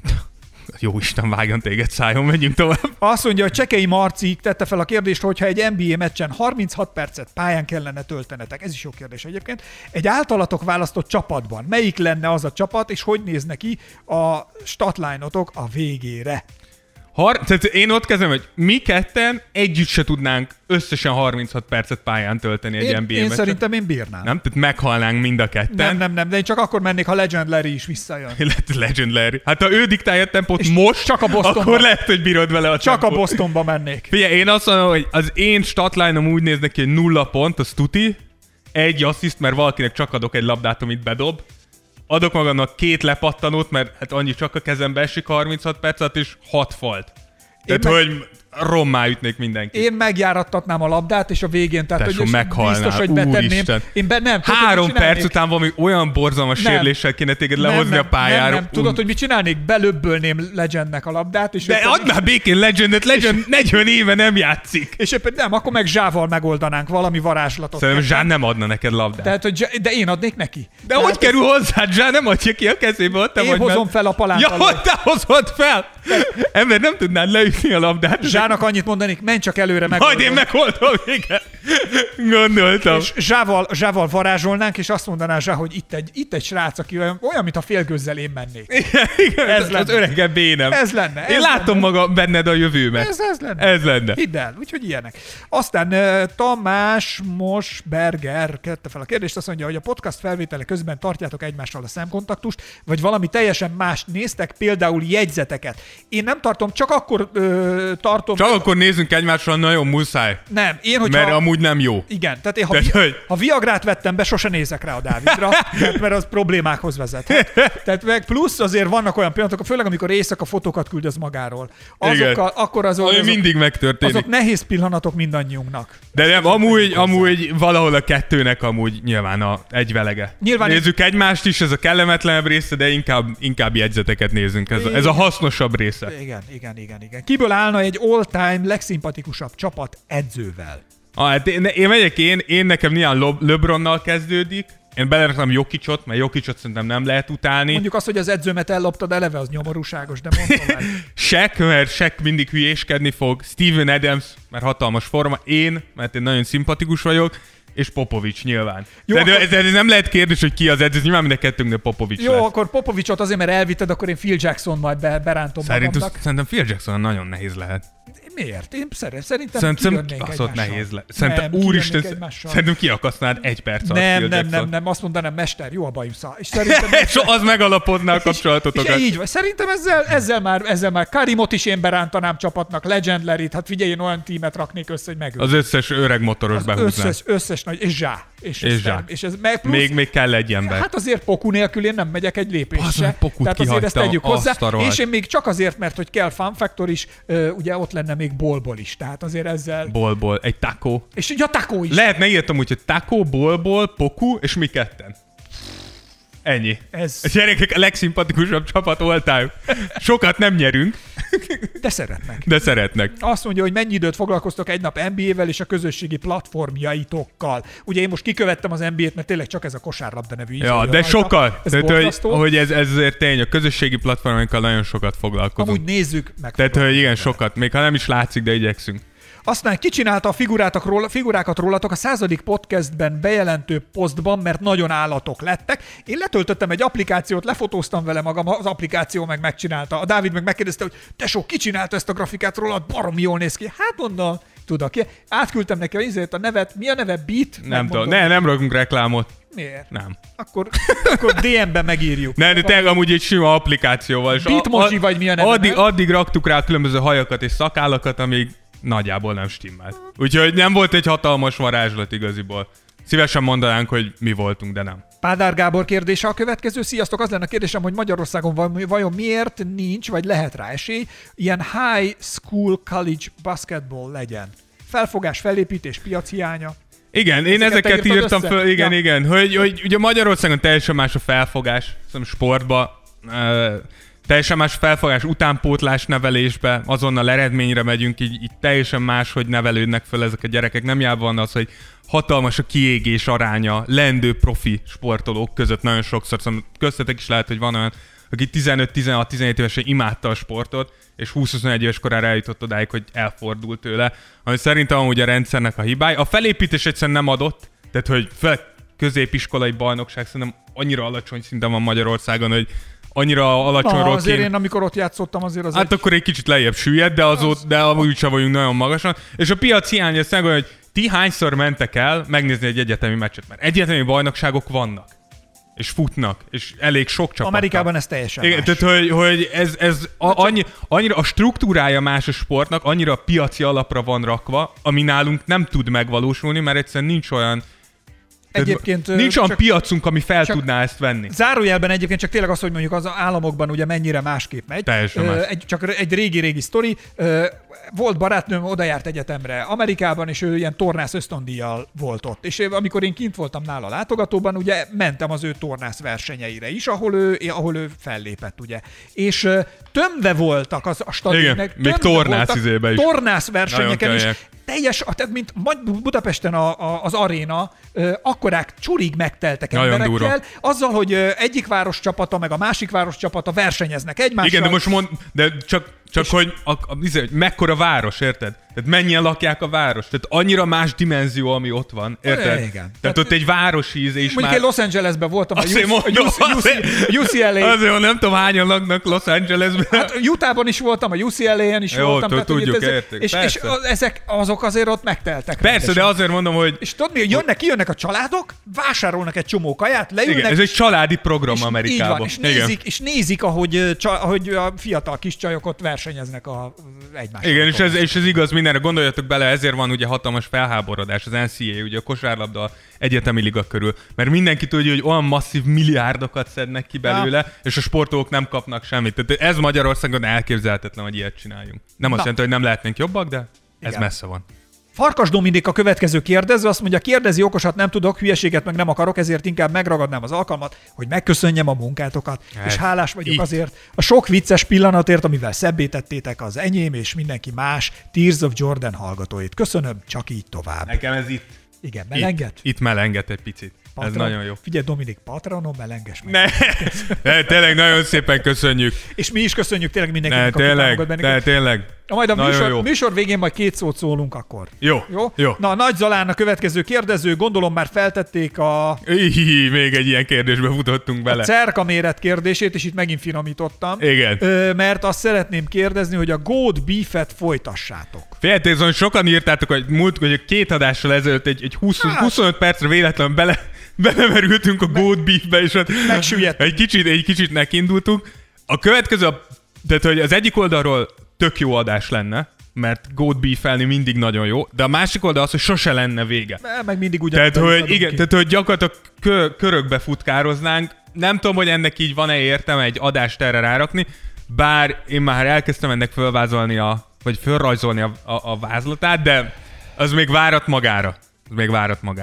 Jó Isten, vágjon téged szájon, menjünk tovább. Azt mondja, hogy Csekei Marci tette fel a kérdést, hogyha egy en bé á meccsen harminchat percet pályán kellene töltenetek. Ez is jó kérdés egyébként. Egy általatok választott csapatban melyik lenne az a csapat, és hogy néz neki a statline-otok a végére? Har- tehát én ott kezdem, hogy mi ketten együtt se tudnánk összesen harminchat percet pályán tölteni egy Én, en bé á én meccsen. szerintem én bírnám. Nem? Tehát meghalnánk mind a ketten. Nem, nem, nem, de én csak akkor mennék, ha Legend Larry is visszajön. Lehet Legendary. Hát ha ő diktálja a tempót És most, csak a Bostonban. akkor lehet, hogy bírod vele a Csak a tempót. Bostonba mennék. Figyelj, én azt mondom, hogy az én statline-om úgy néz neki, hogy nulla pont, az tuti, egy assziszt, mert valakinek csak adok egy labdát, amit bedob, adok magamnak két lepattanót, mert hát annyi csak a kezembe esik harminchat percet, és hat falt. Tehát, meg- hogy rommá ütnék mindenkit. Én megjárattatnám a labdát, és a végén, tehát Tesó, hogy meghalnál. biztos, hogy betenném. Úristen. Én be, nem, tudod, Három mit perc csinálnék? után valami olyan borzalmas Nem. sérüléssel kéne téged Nem, lehozni nem, a pályára. Nem, nem. Tudod, hogy mit csinálnék? Belöbbölném Legendnek a labdát, és De éppen- add már békén Legendet, Legend negyven éve nem játszik. és éppen nem, akkor meg Zsával megoldanánk valami varázslatot. Szerintem Érted? Zsán nem adna neked labdát. Tehát, hogy Zsá- de én adnék neki. De Tehát hogy kerül hozzád? Zsán nem adja ki a kezébe, ott te Én vagy hozom meg. fel a palánk Ja, alól. hogy te hozod fel? Ember, nem tudnád leütni a labdát. Zsának annyit mondanék, menj csak előre meg. Majd én megoldom, igen. Gondoltam. És Zsával, Zsával varázsolnánk, és azt mondaná Zsá, hogy itt egy, itt egy srác, aki olyan, olyan mint a félgőzzel én mennék. Igen, igen, Ez ez lenne. az öregebb bénem. Ez lenne. Én ez látom lenne. maga benned a jövőmet. Ez, ez lenne. Ez lenne. Hidd el, úgyhogy ilyenek. Aztán uh, Tamás Mosberger tette fel a kérdést, azt mondja, hogy a podcast felvétele közben tartjátok egymással a szemkontaktust, vagy valami teljesen mást néztek, például jegyzeteket. Én nem tartom, csak akkor uh, tartom... Csak akkor nézzünk egymásra, nagyon muszáj. Nem, én, hogyha... Mert amúgy nem jó. Igen, tehát én, ha, Tehát, vi- hogy- ha Viagrát vettem be, sose nézek rá a Dávidra, mert, mert az problémákhoz vezethet. Tehát meg plusz azért vannak olyan pillanatok, főleg amikor éjszaka fotókat küldöz magáról. Azokkal, Igen. akkor azok, Ami azok, mindig megtörténik. azok nehéz pillanatok mindannyiunknak. De nem, amúgy, amúgy valahol a kettőnek amúgy nyilván a egyvelege. Nyilván- Nézzük egymást is, ez a kellemetlenebb része, de inkább, inkább jegyzeteket nézzünk. Ez a, ez a hasznosabb része. Igen, igen, igen, igen. Kiből állna egy all-time legszimpatikusabb csapat edzővel? Ah, hát én, én megyek én, én nekem nyilván Lo- LeBronnal kezdődik. Én beleraktam Jokicot, mert Jokicot szerintem nem lehet utálni. Mondjuk azt, hogy az edzőmet elloptad eleve, az nyomorúságos, de mondom el. Shaq, mert Shaq mindig hülyéskedni fog. Steven Adams, mert hatalmas forma. Én, mert én nagyon szimpatikus vagyok. És Popovics nyilván. Jó, de, akkor- ez, ez nem lehet kérdés, hogy ki az edző, nyilván mind a kettőnknek Popovics Jó, lesz. akkor Popovicsot azért, mert elvitted, akkor én Phil Jackson majd be, berántom Szerintem, magamnak. szerintem Phil Jackson nagyon nehéz lehet. Miért? Én szeret, szerintem Szerintem kijönnénk az ott egymással. nehéz lehet. Szerintem Nem, úristen, kijönnénk egymással. szerintem kiakasztnád egy perc alatt Nem, Phil nem, Jackson. nem, nem, azt mondanám, mester, jó a bajusza. És szerintem, És az megalapodná a kapcsolatotokat. és így vagy. Szerintem ezzel, ezzel, már, ezzel már Karimot is én berántanám csapatnak, Legend Larryt, hát figyelj, én olyan tímet raknék össze, hogy megöl. Az összes öreg motoros behúznám. összes, összes nagy, és Zsá. És, És és, Zsá. és ez meg plusz, Még, még kell egy ember. Hát azért Poku nélkül én nem megyek egy lépésre. Bazd meg, Pokut Tehát azért ezt kihagyta, tegyük hozzá. azt a rohadt. És én még csak azért, mert hogy kell Fun Factor is, ö, ugye ott lenne még Bolból is. Tehát azért ezzel... Bolból, egy taco. És ja, Taco is. Lehetne írtam úgy, hogy taco, bolból, poku, és mi ketten. Ennyi. Ez... A gyerekek a legszimpatikusabb csapat all time. Sokat nem nyerünk, De szeretnek. de szeretnek. Azt mondja, hogy mennyi időt foglalkoztok egy nap en bé á-vel és a közösségi platformjaitokkal. Ugye én most kikövettem az en bé á-t, mert tényleg csak ez a kosárlabda nevű ízlő Ja, de rajta. sokkal. Ez Tehát, hogy, borzasztó. hogy ez, ez azért tény, a közösségi platformokkal nagyon sokat foglalkozunk. Amúgy nézzük meg. Tehát, hogy igen, sokat. Még ha nem is látszik, de igyekszünk. Aztán kicsinálta a figurátok róla, figurákat rólatok a századik podcastben bejelentő posztban, mert nagyon állatok lettek. Én letöltöttem egy applikációt, lefotóztam vele magam, az applikáció meg megcsinálta. A Dávid meg megkérdezte, hogy tesó, ki csinálta ezt a grafikát rólad, baromi jól néz ki. Hát mondom, tudok, átküldtem neki azért a nevet, mi a neve? Beat? Nem tudom, ne, nem rakunk reklámot. Miért? Nem. Akkor, akkor dé em-ben megírjuk. Ne, de tényleg amúgy egy sima applikációval. Bitmoji vagy mi a neve? Addig, addig raktuk rá különböző hajakat és szakállakat, amíg nagyjából nem stimmelt. Úgyhogy nem volt egy hatalmas varázslat igaziból. Szívesen mondanánk, hogy mi voltunk, de nem. Pádár Gábor kérdése a következő. Sziasztok, az lenne a kérdésem, hogy Magyarországon vajon miért nincs, vagy lehet rá esély, ilyen high school college basketball legyen. Felfogás, felépítés, piac hiánya. Igen, én ezeket, ezeket írtam össze? föl, igen, ja. igen, hogy, hogy ugye Magyarországon teljesen más a felfogás, szóval sportba, uh, teljesen más a felfogás, utánpótlás nevelésbe, azonnal eredményre megyünk, így, így teljesen más, hogy nevelődnek föl ezek a gyerekek. Nem jár van az, hogy hatalmas a kiégés aránya lendő profi sportolók között nagyon sokszor, szóval köztetek is lehet, hogy van olyan, aki tizenöt tizenhat tizenhét évesen imádta a sportot, és húsz-huszonegy éves korára eljutott odáig, hogy elfordult tőle, ami szerintem amúgy a rendszernek a hibája. A felépítés egyszerűen nem adott, tehát hogy fel középiskolai bajnokság szerintem annyira alacsony szinten van Magyarországon, hogy annyira alacsonyról azért kéne... én amikor ott játszottam azért az Hát egy... akkor egy kicsit lejjebb süllyed, de, azóta, de amúgy sem vagyunk nagyon magasan. És a piac hiány az hogy ti hányszor mentek el megnézni egy egyetemi meccset, mert egyetemi bajnokságok vannak. És futnak, és elég sok csapat. Amerikában ez teljesen igen, más. Tehát, hogy, hogy ez, ez a, annyi, annyira a struktúrája más a sportnak, annyira a piaci alapra van rakva, ami nálunk nem tud megvalósulni, mert egyszerűen nincs olyan Egyébként, nincs olyan piacunk, ami fel tudná ezt venni. Zárójelben egyébként csak tényleg az, hogy mondjuk az államokban ugye mennyire másképp megy. Teljesen más. Egy, csak egy régi-régi sztori. Volt barátnőm, oda járt egyetemre Amerikában, és ő ilyen tornász ösztöndíjjal volt ott. És amikor én kint voltam nála látogatóban, ugye mentem az ő tornász versenyeire is, ahol ő, ahol ő fellépett, ugye. És tömve voltak az a stadionok. Még tornász izébe is. Tornász versenyeken is. Teljes, tehát mint Budapesten a, a, az aréna, akkorák csurig megteltek nagyon emberekkel, durva. Azzal, hogy egyik város csapata, meg a másik város csapata versenyeznek egymással. Igen, de most mond, de csak, csak hogy, a, a, hogy mekkora város, érted? Tehát mennyien lakják a város. Tehát annyira más dimenzió, ami ott van, érted? Igen. Tehát, Tehát ott egy városi íze is mondjuk már... én Los Angelesben voltam, a, mondom, U C L A. Azért nem tudom, hányan laknak Los Angelesben. Hát Utahban is voltam, a U C L A-en is jó, voltam. tehát, tudjuk, ez, érték, és, és ezek azok azért ott megteltek. Persze, rendesen. de azért mondom, hogy... És tudod mi, jönnek, kijönnek a családok, vásárolnak egy csomó kaját, leülnek... Igen, ez egy családi program és Amerikában. Így van, és nézik, és nézik ahogy, ahogy a fiatal kis csajok ott versenyeznek a egymással. Igen, és ez, és ez igaz mindenre. Gondoljatok bele, ezért van ugye hatalmas felháborodás az en cé á á, ugye a kosárlabda egyetemi liga körül. Mert mindenki tudja, hogy olyan masszív milliárdokat szednek ki belőle, ja. és a sportolók nem kapnak semmit. Tehát ez Magyarországon elképzelhetetlen, hogy ilyet csináljunk. Nem azt jelenti, hogy nem lehetnénk jobbak, de ez igen. messze van. Farkas Dominik a következő kérdező, azt mondja, kérdezi okosat nem tudok, hülyeséget meg nem akarok, ezért inkább megragadnám az alkalmat, hogy megköszönjem a munkátokat, ez és hálás vagyok itt. Azért a sok vicces pillanatért, amivel szebbé tettétek az enyém és mindenki más Tears of Jordan hallgatóit. Köszönöm, csak így tovább. Nekem ez itt. Igen, melenget? Itt, itt melenget egy picit. Patron, ez nagyon jó. Figyelj, Dominik, Patronon melenges meg. Ne, ne, tényleg nagyon szépen köszönjük. És mi is köszönjük tényleg mindenkinek, aki támogat bennünket. Ne, tényleg. Na majd a műsor, műsor végén majd két szót szólunk akkor. Jó, jó. jó. Na, Nagy Zalán a következő kérdező, gondolom már feltették a... Ihi, még egy ilyen kérdésbe futottunk bele. A cerka méret kérdését, és itt megint finomítottam. Igen. Ö, mert azt szeretném kérdezni, hogy a Goat Beef-et folytassátok. Féltézon, sokan írtátok, hogy múlt, hogy két adással ezelőtt egy, egy húsz, hát. huszonöt percre véletlenül bele, belemerültünk a Goat Beef-be, és ott egy kicsit, egy kicsit nekindultunk. A következő, tehát hogy az egyik oldalról tök jó adás lenne, mert Goat Beef-elni mindig nagyon jó, de a másik oldal az, hogy sose lenne vége. Meg mindig ugyanúgy. Tehát, hogy, igen, tehát, hogy gyakorlatilag kö, körökbe futkároznánk. Nem tudom, hogy ennek így van-e értelme egy adást erre rárakni, bár én már elkezdtem ennek fölvázolni a, vagy fölrajzolni a, a, a vázlatát, de az még várat magára. Az még várat magára.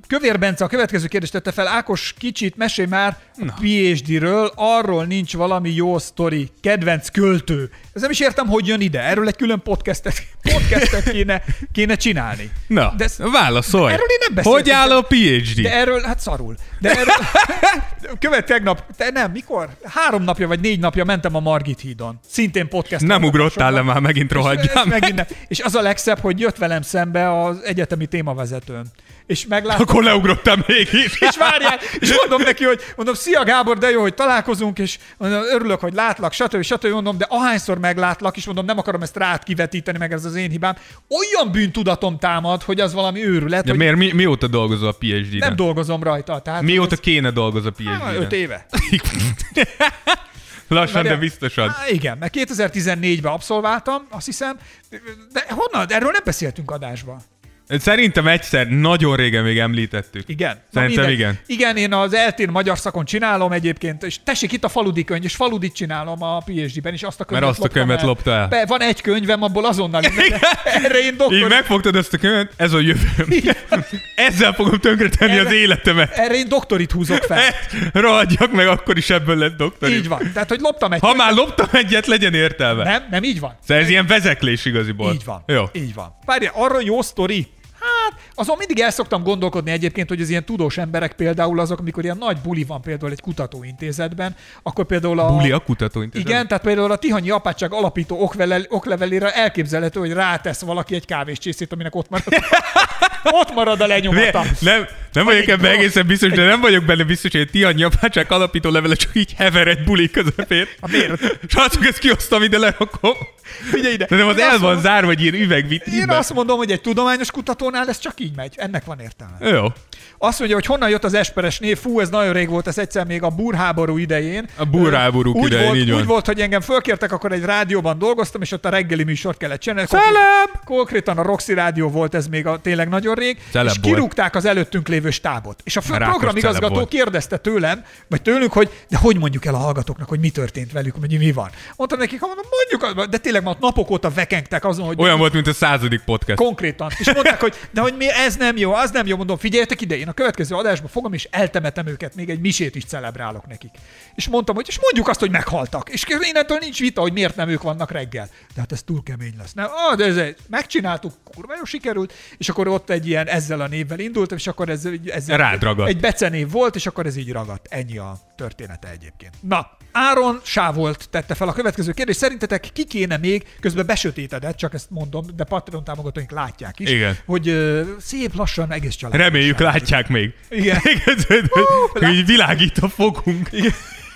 Kövér Bence a következő kérdést tette fel. Ákos, kicsit mesélj már a pé há dé-ről, arról nincs valami jó sztori, kedvenc költő. Ez nem is értem, hogy jön ide. Erről egy külön podcastet, podcastet kéne, kéne csinálni. Na, de ez, válaszolj. Erről én nem beszéltem. Hogy áll a pé há dé? De erről, hát szarul. De erről, követ tegnap, de nem, mikor? Három napja vagy négy napja mentem a Margit hídon. Szintén podcast. Nem ugrottál le már, megint rohadjál meg. Megint nem. És az a legszebb, hogy jött velem szembe az egyetemi témavezetőn. És megláttam. Akkor leugrottam mégis. És várjál, és mondom neki, hogy mondom, szia Gábor, de jó, hogy találkozunk, és mondom, örülök, hogy látlak, stb. stb. Mondom, de ahányszor meglátlak, és mondom, nem akarom ezt rád kivetíteni, meg ez az én hibám, olyan bűntudatom támad, hogy az valami őrület. De hogy miért? Mi, mióta dolgozol a pé há dé-re? nem dolgozom rajta. Tehát Mióta ez... kéne dolgozni a pé há dé-re? Öt éve. Lassan, de biztosan. Há, igen, mert kétezer-tizennégyben abszolváltam, azt hiszem, de honnan? Erről nem beszéltünk adásban. Szerintem egyszer, nagyon régen még említettük. Igen. Szerintem Na, igen. Igen, én az eltén magyar szakon csinálom egyébként, és tessék, itt a Faludi könyv, és Faludit csinálom a pé há dé-ben, és azt a könyvet Mert azt a könyvet lopta el. Be, van egy könyvem, abból azonnal innen, erre én doktor... Így megfogtad ezt a könyvet, ez a jövőm. Ezzel fogom tönkretenni Erre- az életemet. Erre én doktorit húzok fel. Rohadjak meg, akkor is ebből lett doktori. Így van. Tehát, hogy loptam egy Ha könyvet. már loptam egyet, legyen értelme. Nem, nem így van. Szóval ez ilyen vezeklés igaziból. Így van. Jó. Így van. Várjál, arra jó sztori. Hát, azon mindig el szoktam gondolkodni egyébként, hogy az ilyen tudós emberek például azok, amikor ilyen nagy buli van például egy kutatóintézetben, akkor például a... Buli a kutatóintézet. Igen, tehát például a Tihanyi Apátság alapító oklevel, oklevelére elképzelhető, hogy rátesz valaki egy kávéscsészét, aminek ott marad, ott marad a lenyomata. Nem, nem vagyok ebben egészen biztos, de nem vagyok benne biztos, hogy egy Tihanyi Apátság alapító levele csak így hever egy buli közepén. A miért? Srácok, ezt kiosztam, ide lerakom. Figyelj ide. De nem, az Én el azt van mondom- zárva egy ilyen Én üvegvitrínben. azt mondom, hogy egy tudományos kutatónál ez csak így megy. Ennek van értelme. Jó. Azt mondja, hogy honnan jött az esperes név. Fú, ez nagyon rég volt, ez egyszer még a búrháború idején. A búrháborúk Úgy idején, volt, így van. Úgy volt, hogy engem fölkértek, akkor egy rádióban dolgoztam, és ott a reggeli műsort kellett csinálni. Celeb! Konkrétan a Roxy rádió volt ez még a, tényleg nagyon rég. Celeb és volt. kirúgták az előttünk lévő stábot. És a fő Rákos programigazgató celeb volt. kérdezte tőlem, vagy tőlünk, hogy de hogy mondjuk el a hallgatóknak, hogy mi történt velük, hogy mi van. Mondtam nekik, ha mondom, mondjuk, de tényleg már napok óta vekengtek azon, hogy Olyan volt, mint a századik podcast. konkrétan. És mondták, hogy de hogy mi ez nem jó, az nem jó, mondom, figyeljetek ide, én a következő adásba fogom, és eltemetem őket, még egy misét is celebrálok nekik. És mondtam, hogy és mondjuk azt, hogy meghaltak. És innentől nincs vita, hogy miért nem ők vannak reggel. De hát ez túl kemény lesz. Nem? Ah, de ez egy, megcsináltuk, kurva jó sikerült, és akkor ott egy ilyen ezzel a névvel indultam, és akkor ez, ez Rád ragadt. egy becenév volt, és akkor ez így ragadt. Ennyi a története egyébként. Na, Áron Sávolt tette fel a következő kérdést. Szerintetek ki kéne még, közben besötétedett, csak ezt mondom, de Patreon támogatóink látják is, Igen. hogy ö, szép lassan egész család. Reméljük, látják még. Igen. hogy így világít a fogunk. Igen.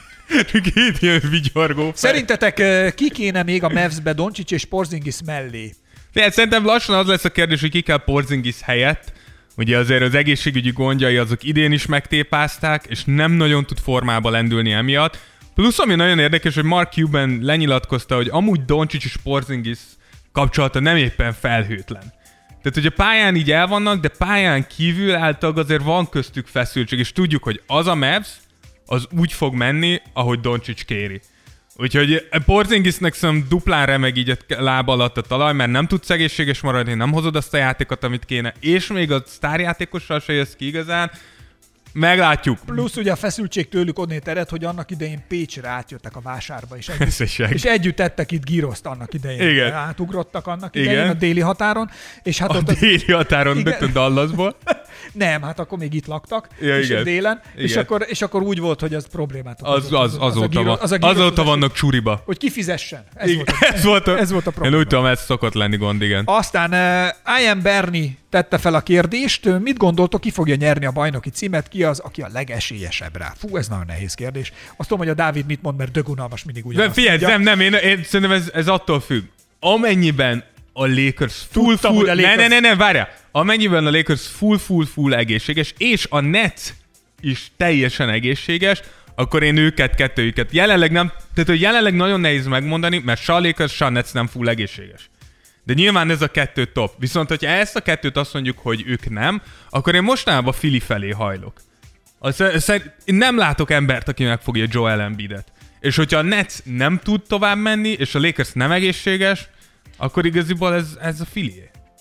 Két ilyen vigyorgó fej. Szerintetek ö, ki kéne még a Mavs-be Doncic és Porzingis mellé? De szerintem lassan az lesz a kérdés, hogy ki kell Porzingis helyett. Ugye azért az egészségügyi gondjai azok idén is megtépázták, és nem nagyon tud formába lendülni emiatt. Plusz ami nagyon érdekes, hogy Mark Cuban lenyilatkozta, hogy amúgy Doncic és Porzingis kapcsolata nem éppen felhőtlen. Tehát, hogy a pályán így el vannak, de pályán kívül általában azért van köztük feszültség, és tudjuk, hogy az a Mavs, az úgy fog menni, ahogy Doncic kéri. Úgyhogy Porzingisnek szerintem duplán remeg így a láb alatt a talaj, mert nem tudsz egészséges maradni, nem hozod azt a játékot, amit kéne, és még a sztárjátékossal se jössz ki igazán. Meglátjuk. Plusz ugye a feszültség tőlük onnét ered, hogy annak idején Pécsre átjöttek a vásárba, és együtt, Összesek. és együtt tettek itt gíroszt annak idején. Igen. Átugrottak annak idején Igen. a déli határon, és hát A ott az... déli határon, Igen. rögtön Dallasból. Nem, hát akkor még itt laktak, Ja, és igen. délen, Igen. és akkor, és akkor úgy volt, hogy az problémát Az, okozott. az, a azóta, gíros- van, az a gíros- azóta vannak csuriba. Hogy kifizessen. Ez Igen, volt a, ez, volt a, ez volt a probléma. Én úgy tudom, ez szokott lenni gond, igen. Aztán uh, I am Bernie tette fel a kérdést. Mit gondoltok, ki fogja nyerni a bajnoki címet? Ki az, aki a legesélyesebb rá? Fú, ez nagyon nehéz kérdés. Azt tudom, hogy a Dávid mit mond, mert dögunalmas mindig De ugyanazt figyelj, mondja. nem, nem, én, én szerintem ez, ez attól függ. Amennyiben a Lakers full, Tudtam, full, hogy a Lakers- ne, ne, ne, ne, várjál. Amennyiben a Lakers full, full, full egészséges, és a Nets is teljesen egészséges, akkor én őket, kettőjüket jelenleg nem, tehát hogy jelenleg nagyon nehéz megmondani, mert se a Lakers, se a Nets nem full egészséges. De nyilván ez a kettő top. Viszont, hogyha ezt a kettőt azt mondjuk, hogy ők nem, akkor én mostanában Philly felé hajlok. Az, szerint, én nem látok embert, aki megfogja Joel Embiidet. És hogyha a Nets nem tud tovább menni, és a Lakers nem egészséges, akkor igaziból ez, ez a Philly.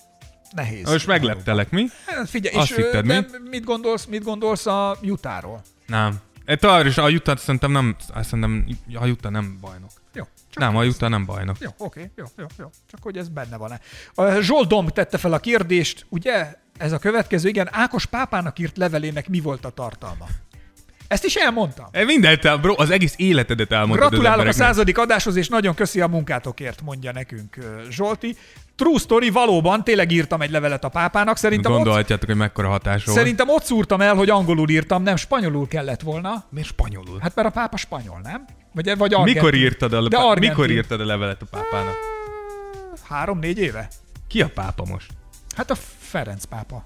nehéz. Most megleptelek, mi? Hát figyelj, Azt és hitted, de mi? mit gondolsz, mit gondolsz a Utahról? Nem. Továbbra is a Utah szerintem nem, szerintem a Utah nem bajnok. Jó. Nem, a Utah nem bajnok. Jó, oké, jó, jó, jó. Csak hogy ez benne van-e. A Zsolt Domb tette fel a kérdést, ugye? Ez a következő, igen, Ákos pápának írt levelének mi volt a tartalma? Ezt is elmondtam. Mindent el, bro, az egész életedet elmondtad. Gratulálok a századik adáshoz, és nagyon köszi a munkátokért, mondja nekünk Zsolti. True story, valóban, tényleg írtam egy levelet a pápának. Szerintem Gondolhatjátok, hogy mekkora hatás volt. Szerintem ott szúrtam el, hogy angolul írtam, nem spanyolul kellett volna. Miért spanyolul? Hát mert a pápa spanyol, nem? Vagy, vagy argentin. Mikor írtad, a, De pá... argentin. Mikor írtad a levelet a pápának? Három-négy éve? Ki a pápa most? Hát a Ferenc pápa.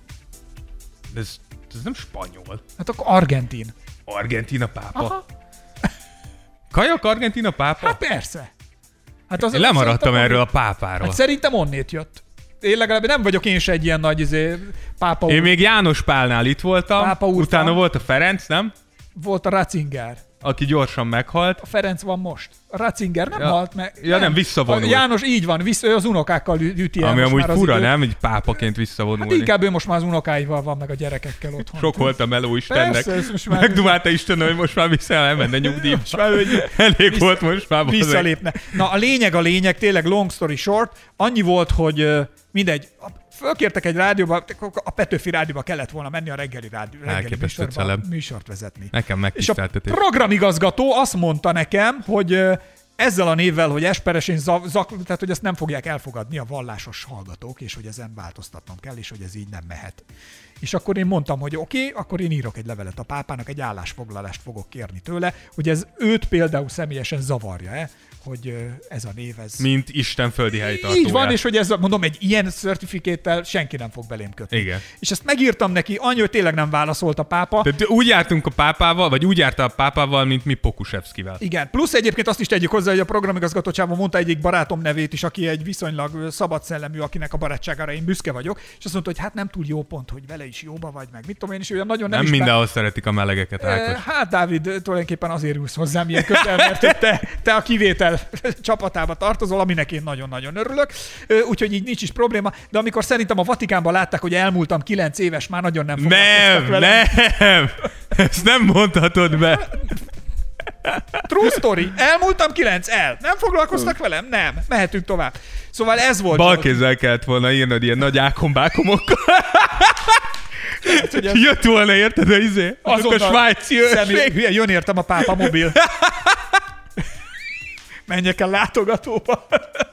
De ez, ez nem spanyol. Hát akkor argentin. Argentina pápa. Aha. Kajak Argentina pápa? Hát persze. Hát az, Én lemaradtam az, erről a pápáról. Hát szerintem onnét jött. Én legalább nem vagyok én se egy ilyen nagy izé, pápa úr. Én még János Pálnál itt voltam, Pápa úr utána van. volt a Ferenc, nem? Volt a Ratzinger. Aki gyorsan meghalt. A Ferenc van most. A Ratzinger nem Ja. halt meg. Ja, nem, visszavonult. A János így van, vissza, ő az unokákkal ü- üti el Ami most amúgy már az fura, időt. nem? Így pápaként visszavonulni. Hát inkább ő most már az unokáival van, meg a gyerekekkel otthon. Sok volt a meló Istennek. Persze, ez most már- Megdumálta Isten, hogy most már vissza elmenne nyugdíjba. Most már ő Elég vissza- volt most már. bazeg. visszalépne. Na a lényeg a lényeg, tényleg long story short, annyi volt, hogy ö, mindegy, a- fölkértek egy rádióba, a Petőfi rádióba kellett volna menni a reggeli rádió, reggeli Elképesztő műsorba, celeb. műsort vezetni. Nekem És a megtiszteltetés. programigazgató azt mondta nekem, hogy ö, ezzel a névvel, hogy Esperesén zak, zak, tehát hogy ezt nem fogják elfogadni a vallásos hallgatók, és hogy ezen változtatnom kell, és hogy ez így nem mehet. És akkor én mondtam, hogy oké, okay, akkor én írok egy levelet a pápának, egy állásfoglalást fogok kérni tőle, hogy ez őt például személyesen zavarja-e, hogy ö, ez a név, ez... Mint Isten földi helytartója. Így van, és hogy ez, mondom, egy ilyen certifikéttel senki nem fog belém kötni. Igen. És ezt megírtam neki, annyi, hogy tényleg nem válaszolt a pápa. Tehát úgy jártunk a pápával, vagy úgy jártál a pápával, mint mi Pokusevszkivel. Igen, plusz egyébként azt is tegyük hozzá, hogy a programigazgatócsában mondta egyik barátom nevét is, aki egy viszonylag szabad szellemű, akinek a barátságára én büszke vagyok, és azt mondta, hogy hát nem túl jó pont, hogy vele is jóba vagy, meg mit tudom én, és olyan nagyon nem, Nem is mindenhol szeretik a melegeket, Ákos. Eh, Hát Dávid, tulajdonképpen azért ülsz hozzám ilyen közel, mert hogy te, te a kivétel csapatába tartozol, aminek én nagyon-nagyon örülök, Ö, úgyhogy így nincs is probléma, de amikor szerintem a Vatikánban látták, hogy elmúltam kilenc éves, már nagyon nem foglalkoztak Nem, velem. nem! Ezt nem mondhatod be. True story. Elmúltam kilenc, el. Nem foglalkoztak velem? Nem. Mehetünk tovább. Szóval ez volt. Bal Zsolt. kézzel kellett volna írnod ilyen nagy ákombákomokkal. hogy ez- Jött volna, érted, a izé? Azok a Azonnal svájci személy- őrség. Hülye, jön értem a pápa mobil. Menjek el látogatóba.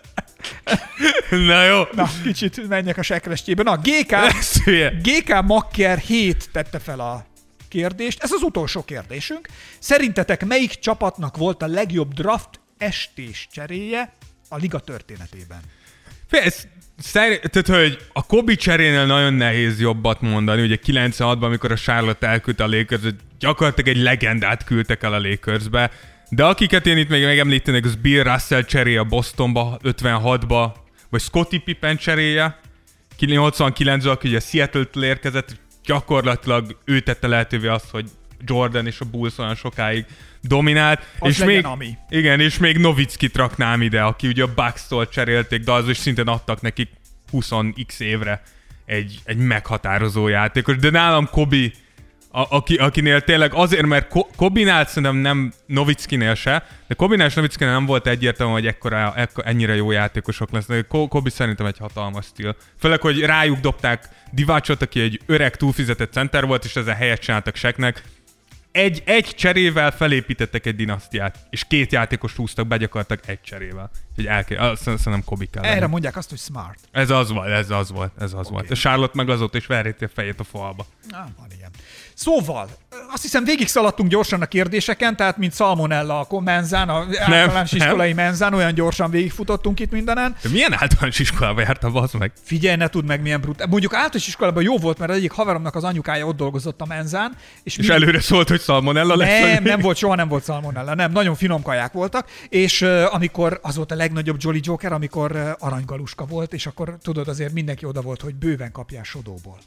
Na jó. Na, kicsit menjek a sekrestjébe. Na, gé ká, Lesz hülye. gé ká Makker hét tette fel a kérdést. Ez az utolsó kérdésünk. Szerintetek melyik csapatnak volt a legjobb draft estés cseréje a liga történetében? Ez, szerint, tehát, hogy a Kobe cserénél nagyon nehéz jobbat mondani. Ugye kilencvenhatban, amikor a Charlotte elküldte a Lakers, gyakorlatilag egy legendát küldtek el a Lakersbe. De akiket én itt még megemlítenek, az Bill Russell cseréje a Bostonba ötvenhatba, vagy Scottie Pippen cseréje nyolcvankilencben, aki ugye Seattle-től érkezett, gyakorlatilag ő tette lehetővé azt, hogy Jordan és a Bulls olyan sokáig dominált. Az és legyen még, ami. Igen, és még Nowitzkit raknám ide, aki ugye a Bucks-tól cserélték, de az is szintén adtak nekik húsz x évre egy, egy meghatározó játékos. De nálam Kobe, a, aki, akinél tényleg azért, mert Ko, Kobe-nál szerintem nem Nowitzkinél se, de Kobe-nál és Nowitzkinél nem volt egyértelmű, hogy ekkora, ekkora, ennyire jó játékosok lesznek. Kobe szerintem egy hatalmas stíl. Főleg, hogy rájuk dobták Divácsot, aki egy öreg, túlfizetett center volt, és ezzel helyet csináltak Shaqnek. Egy, egy cserével felépítettek egy dinasztiát, és két játékost húztak be gyakorlatilag egy cserével. Úgyhogy elké... Azt szerintem Kobe kell. Erre lenni. mondják azt, hogy smart. Ez az volt, ez az volt, ez az okay. volt. A Charlotte meg azóta is verheti a fejét a falba. Ah, van ilyen. Szóval, azt hiszem végig szaladtunk gyorsan a kérdéseken, tehát mint Salmonella a menzán, a általános nem. iskolai menzán, olyan gyorsan végigfutottunk itt mindenen. De milyen általános iskolába jártam, az meg? Figyelj, ne tudd meg milyen brutál. Mondjuk általános iskolában jó volt, mert az egyik haveromnak az anyukája ott dolgozott a menzán. És, És mi... előre szólt, hogy szalmonella lesz. Nem, vagy nem mi? volt, soha nem volt szalmonella, nem, nagyon finom kaják voltak, és uh, amikor az volt a legnagyobb Jolly Joker, amikor uh, aranygaluska volt, és akkor tudod, azért mindenki oda volt, hogy bőven kapjál sodóból.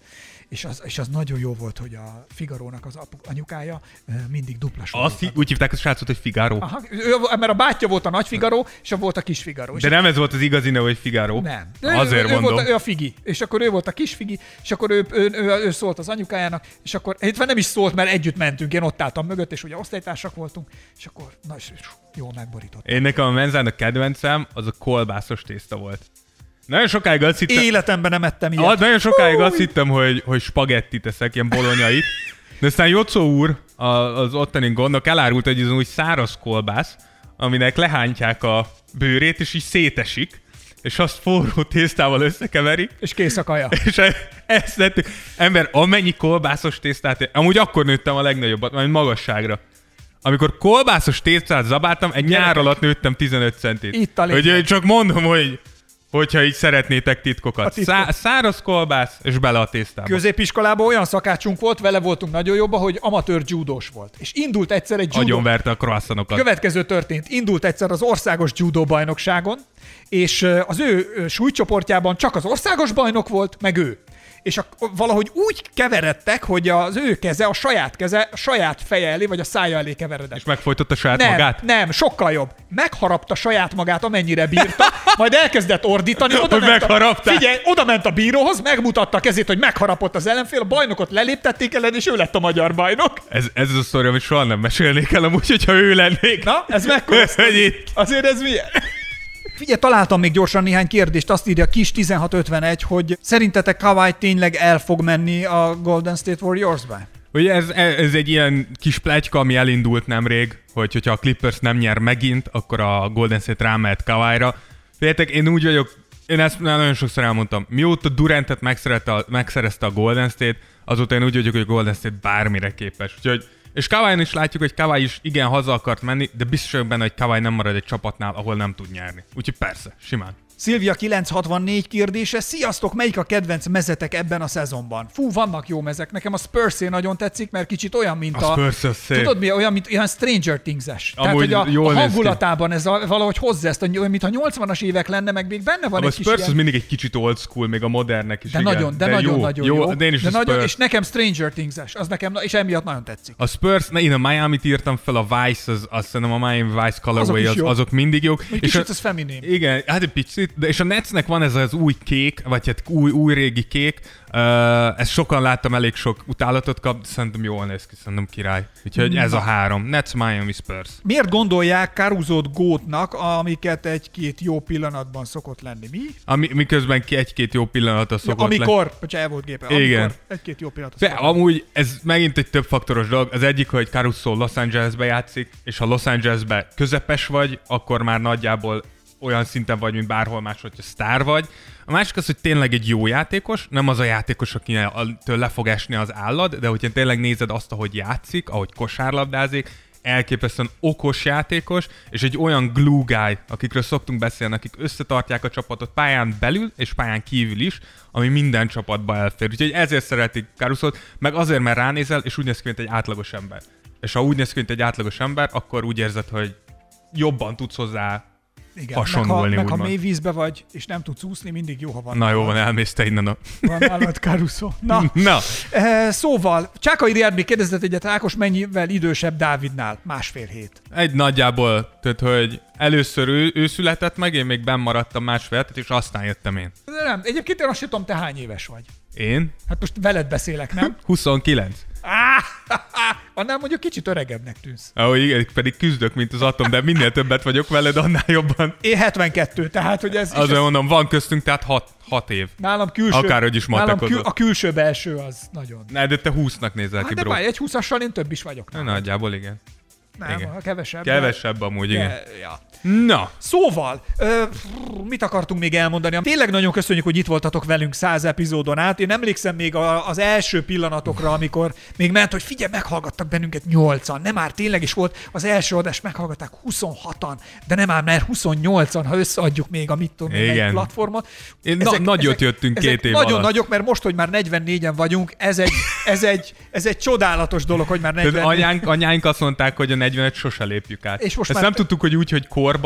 és az, és az nagyon jó volt, hogy a Figarónak az apu, anyukája mindig dupla sor. Azt úgy hívták a srácot, hogy Figaro. Aha, ő, mert a bátyja volt a nagy Figaro, és a volt a kis Figaro. De nem ez volt az igazi neve, hogy Figaro. Nem. Azért ő, ő, mondom. Ő, volt a, ő a Figi, és akkor ő volt a kis Figi, és akkor ő, ő, ő, ő, ő szólt az anyukájának, és akkor itt nem is szólt, mert együtt mentünk, én ott álltam mögött, és ugye osztálytársak voltunk, és akkor na, és jól megborított. Én nekem a menzának kedvencem az a kolbászos tészta volt. Nagyon sokáig azt hittem... Életemben nem ettem ilyet. Ah, nagyon sokáig azt hittem, hogy, hogy spagettit eszek, ilyen bolonyait. De aztán Jocó úr, az ottani gondok elárult, hogy ez úgy száraz kolbász, aminek lehántják a bőrét, és így szétesik, és azt forró tésztával összekeverik. És kész a kaja. És ezt lettük. Ember, amennyi kolbászos tésztát... Amúgy akkor nőttem a legnagyobbat, majd magasságra. Amikor kolbászos tésztát zabáltam, egy Gyerekek. nyár alatt nőttem tizenöt centit. Itt a lényeg. Hogy csak mondom, hogy hogyha így szeretnétek titkokat. A titkok. Szá- száraz kolbász, és bele a tésztába. Középiskolában olyan szakácsunk volt, vele voltunk nagyon jobban, hogy amatőr judós volt. És indult egyszer egy judó... Agyonverte a croissanokat. Következő történt. Indult egyszer az országos judó bajnokságon, és az ő súlycsoportjában csak az országos bajnok volt, meg ő. És a, valahogy úgy keveredtek, hogy az ő keze, a saját keze, a saját feje elé, vagy a szája elé keveredett. És megfojtotta saját nem, magát? Nem, sokkal jobb. Megharapta saját magát, amennyire bírta, majd elkezdett ordítani. Oda Hogy ment a, megharapták? figyelj, oda ment a bíróhoz, megmutatta a kezét, hogy megharapott az ellenfél, a bajnokot leléptették ellen, és ő lett a magyar bajnok. Ez, ez az a sztori, amit soha nem mesélnék el amúgy, hogyha ő lennék. Na, ez mekkora sztori? Azért ez milyen? Figyelj, találtam még gyorsan néhány kérdést, azt írja Kis tizenhat ötvenegy, hogy szerintetek Kawhi tényleg el fog menni a Golden State Warriors-be? Ugye ez, ez egy ilyen kis pletyka, ami elindult nemrég, hogy hogyha a Clippers nem nyer megint, akkor a Golden State rámehet Kawhi-ra. Féljetek, én úgy vagyok, én ezt nagyon sokszor elmondtam, mióta Durantet megszerezte a Golden State, azóta én úgy vagyok, hogy a Golden State bármire képes. Úgyhogy és Kawhi-n is látjuk, hogy Kawhi is igen haza akart menni, de biztos vagyok benne, hogy Kawhi nem marad egy csapatnál, ahol nem tud nyerni. Úgyhogy persze, simán. Szilvia kilencszázhatvannégy kérdése. Sziasztok, melyik a kedvenc mezetek ebben a szezonban? Fú, vannak jó mezek. Nekem a Spurs-é nagyon tetszik, mert kicsit olyan, mint a... a... Spurs az szép. Tudod mi? Olyan, mint olyan Stranger Things-es. Tehát, Amúgy hogy a, jól a néz ki. hangulatában ez a, valahogy hozza ezt, olyan, mintha nyolcvanas évek lenne, meg még benne van a egy Spurs kis ilyen... az mindig egy kicsit old school, még a modernek is. De igen. nagyon, de, de nagyon, jó, nagyon jó. jó. De én is de a nagyon, Spurs. és nekem Stranger Things-es, az nekem, és emiatt nagyon tetszik. A Spurs, ne, én a Miami-t írtam fel, a Vice, az, azt szerintem a Miami Vice colorway, az, azok mindig jók. Egy és kicsit a, ez feminin. Igen, hát egy picit, de és a Netsnek van ez az új kék, vagy hát új, új régi kék, uh, ezt sokan láttam, elég sok utálatot kap, de szerintem jól néz ki, szerintem király. Úgyhogy ez a három, Nets, Miami, Spurs. Miért gondolják Caruzót gótnak, amiket egy-két jó pillanatban szokott lenni? Mi? Ami, miközben ki egy-két jó pillanata szokott ja, amikor, hogyha el volt gépe, igen. amikor egy-két jó pillanat. De amúgy ez megint egy több faktoros dolog. Az egyik, hogy Caruso Los Angelesbe játszik, és ha Los Angelesbe közepes vagy, akkor már nagyjából olyan szinten vagy, mint bárhol más, hogyha sztár vagy. A másik az, hogy tényleg egy jó játékos, nem az a játékos, akitől le fog esni az állad, de hogyha tényleg nézed azt, ahogy játszik, ahogy kosárlabdázik, elképesztően okos játékos, és egy olyan glue guy, akikről szoktunk beszélni, akik összetartják a csapatot pályán belül és pályán kívül is, ami minden csapatba elfér. Úgyhogy ezért szeretik Carusot, meg azért, mert ránézel, és úgy néz ki, mint egy átlagos ember. És ha úgy néz ki, mint egy átlagos ember, akkor úgy érzed, hogy jobban tudsz hozzá igen, hasonlulni. Meg ha, meg ha mély vízbe vagy, és nem tudsz úszni, mindig jó, ha van. Na jó, van, elmész te innen a... Van nálad Caruso. Na, Na. E, szóval, Csákai Riad még kérdezett egyet, Ákos mennyivel idősebb Dávidnál? Másfél hét. Egy nagyjából, tehát hogy először ő, ő született meg, én még benn maradtam másfél hetet, és aztán jöttem én. De nem, egyébként én azt sem tudom, te hány éves vagy. Én? Hát most veled beszélek, nem? huszonkilenc. Ah, annál mondjuk kicsit öregebbnek tűnsz. Ahogy igen, pedig küzdök, mint az atom, de minél többet vagyok veled, annál jobban. Én hetvenkettő, tehát hogy ez... Azért mondom, van köztünk, tehát hat, hat év. Nálam külső... Akárhogy is nálam matekozol. kül, a külső-belső az nagyon... Ne, de te húsznak nézel Hát ki, de bro. bár, egy húszassal én több is vagyok. Na, nagyjából igen. Nem, igen. a kevesebb. Kevesebb amúgy, igen. De, ja. Na. Szóval, ö, mit akartunk még elmondani? Tényleg nagyon köszönjük, hogy itt voltatok velünk száz epizódon át. Én emlékszem még a, az első pillanatokra, amikor még ment, hogy figyelj, meghallgattak bennünket nyolcan. Nem már tényleg is volt, az első adást meghallgatták huszonhatan, de nem már már huszonnyolcan, ha összeadjuk még a mit tudom én, egy platformot. Én ezek, na, nagyot ezek, jöttünk ezek két év nagyon alatt. nagyok, mert most, hogy már negyvennégyen vagyunk, ez egy, ez egy, ez egy csodálatos dolog, hogy már negyvennégy. Anyánk, anyánk azt mondták, hogy a negyvenet sose lépjük át. És most Ezt már nem tudtuk, hogy úgy, hogy korban,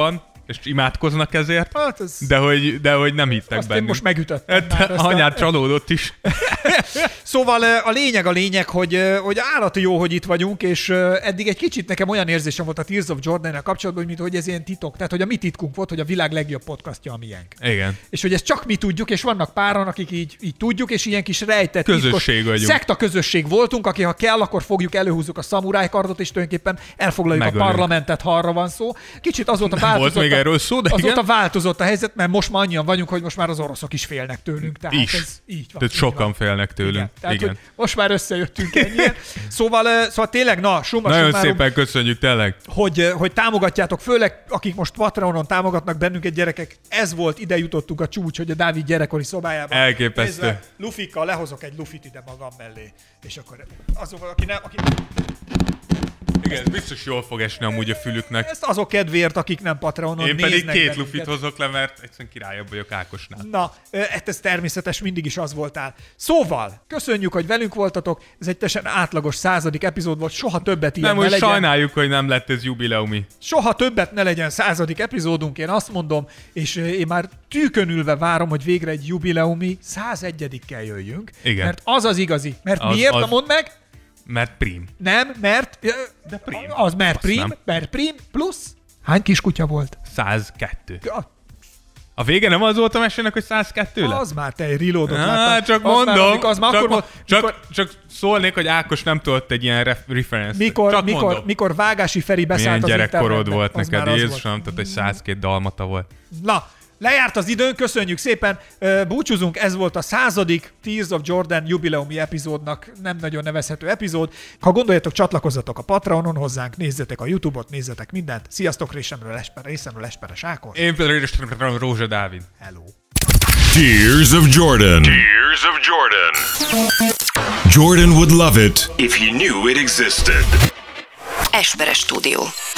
és imádkoznak ezért, Hát ez... de, hogy, de hogy nem hittek Azt bennünk. én most megütöttem Hát, már, anyád csalódott is. Szóval a lényeg a lényeg, hogy, hogy állati jó, hogy itt vagyunk, és eddig egy kicsit nekem olyan érzésem volt a Tears of Jordan-nel kapcsolatban, mint hogy ez ilyen titok. Tehát, hogy a mi titkunk volt, hogy a világ legjobb podcastja a miénk. Igen. És hogy ezt csak mi tudjuk, és vannak páran, akik így, így tudjuk, és ilyen kis rejtett közösség titkos, vagyunk. szekta közösség voltunk, aki ha kell, akkor fogjuk, előhúzzuk a szamurájkardot, és tulajdonképpen elfoglaljuk Megölünk. a parlamentet, ha arra van szó. Kicsit azóta Nem változott. volt még a, erről szó, de azóta igen. változott a helyzet, mert most már annyian vagyunk, hogy most már az oroszok is félnek tőlünk. Tehát is. ez így van. Tehát így sokan van. félnek tőlünk. Igen. Tehát, igen. hogy most már összejöttünk ennyien. Szóval, szóval tényleg, na, summa Nagyon summarum, szépen köszönjük, tényleg. hogy, hogy támogatjátok, főleg akik most Patreonon támogatnak bennünket, gyerekek, ez volt, ide jutottunk a csúcs, hogy a Dávid gyerekkori szobájában. Elképesztő. Nézve, lufikkal lehozok egy lufit ide magam mellé, és akkor azok, aki nem, aki... Igen, ez biztos jól fog esni amúgy a fülüknek. Ezt azok kedvéért, akik nem Patreonon Én néznek pedig két bennünket. lufit hozok le, mert egyszerűen királyabb vagyok Ákosnál. Na, ez természetes, mindig is az voltál. Szóval, köszönjük, hogy velünk voltatok, ez egy teljesen átlagos századik epizód volt, soha többet ilyen Nem, ne most legyen. sajnáljuk, hogy nem lett ez jubileumi. Soha többet ne legyen századik epizódunk, én azt mondom, és én már tűkönülve várom, hogy végre egy jubileumi százegyedikkel jöjjünk. Igen. Mert az az igazi. Mert Az- miért? az- Na mondd meg? Mert prim. Nem, mert... De prim. Az mert Azt prim, nem. mert prim, plusz... Hány kiskutya volt? százkettő. Ja, A vége nem az volt a mesének, hogy százkettő lett? az már te egy reloadot Á, láttam. csak Az mondom. Már, amikor- az már csak, akkor mo- volt, csak, mikor, csak szólnék, hogy Ákos nem tudott egy ilyen ref- reference. mikor, csak mikor, mondom. mikor Vágási Feri beszállt Milyen az gyerekkorod internetbe, volt az neked, már az Jézusom, volt. tehát egy százkettő dalmata volt. Na, lejárt az időn, köszönjük szépen, Ö, búcsúzunk, ez volt a századik Tears of Jordan jubileumi epizódnak nem nagyon nevezhető epizód. Ha gondoljátok, csatlakozzatok a Patreonon hozzánk, nézzetek a YouTube-ot, nézzetek mindent. Sziasztok, részemről Esper, részemről Esperes Ákos. Én pedig Rózsa Dávid. Hello. Tears of Jordan. Tears of Jordan. Jordan would love it if he knew it existed. Esperes Stúdió.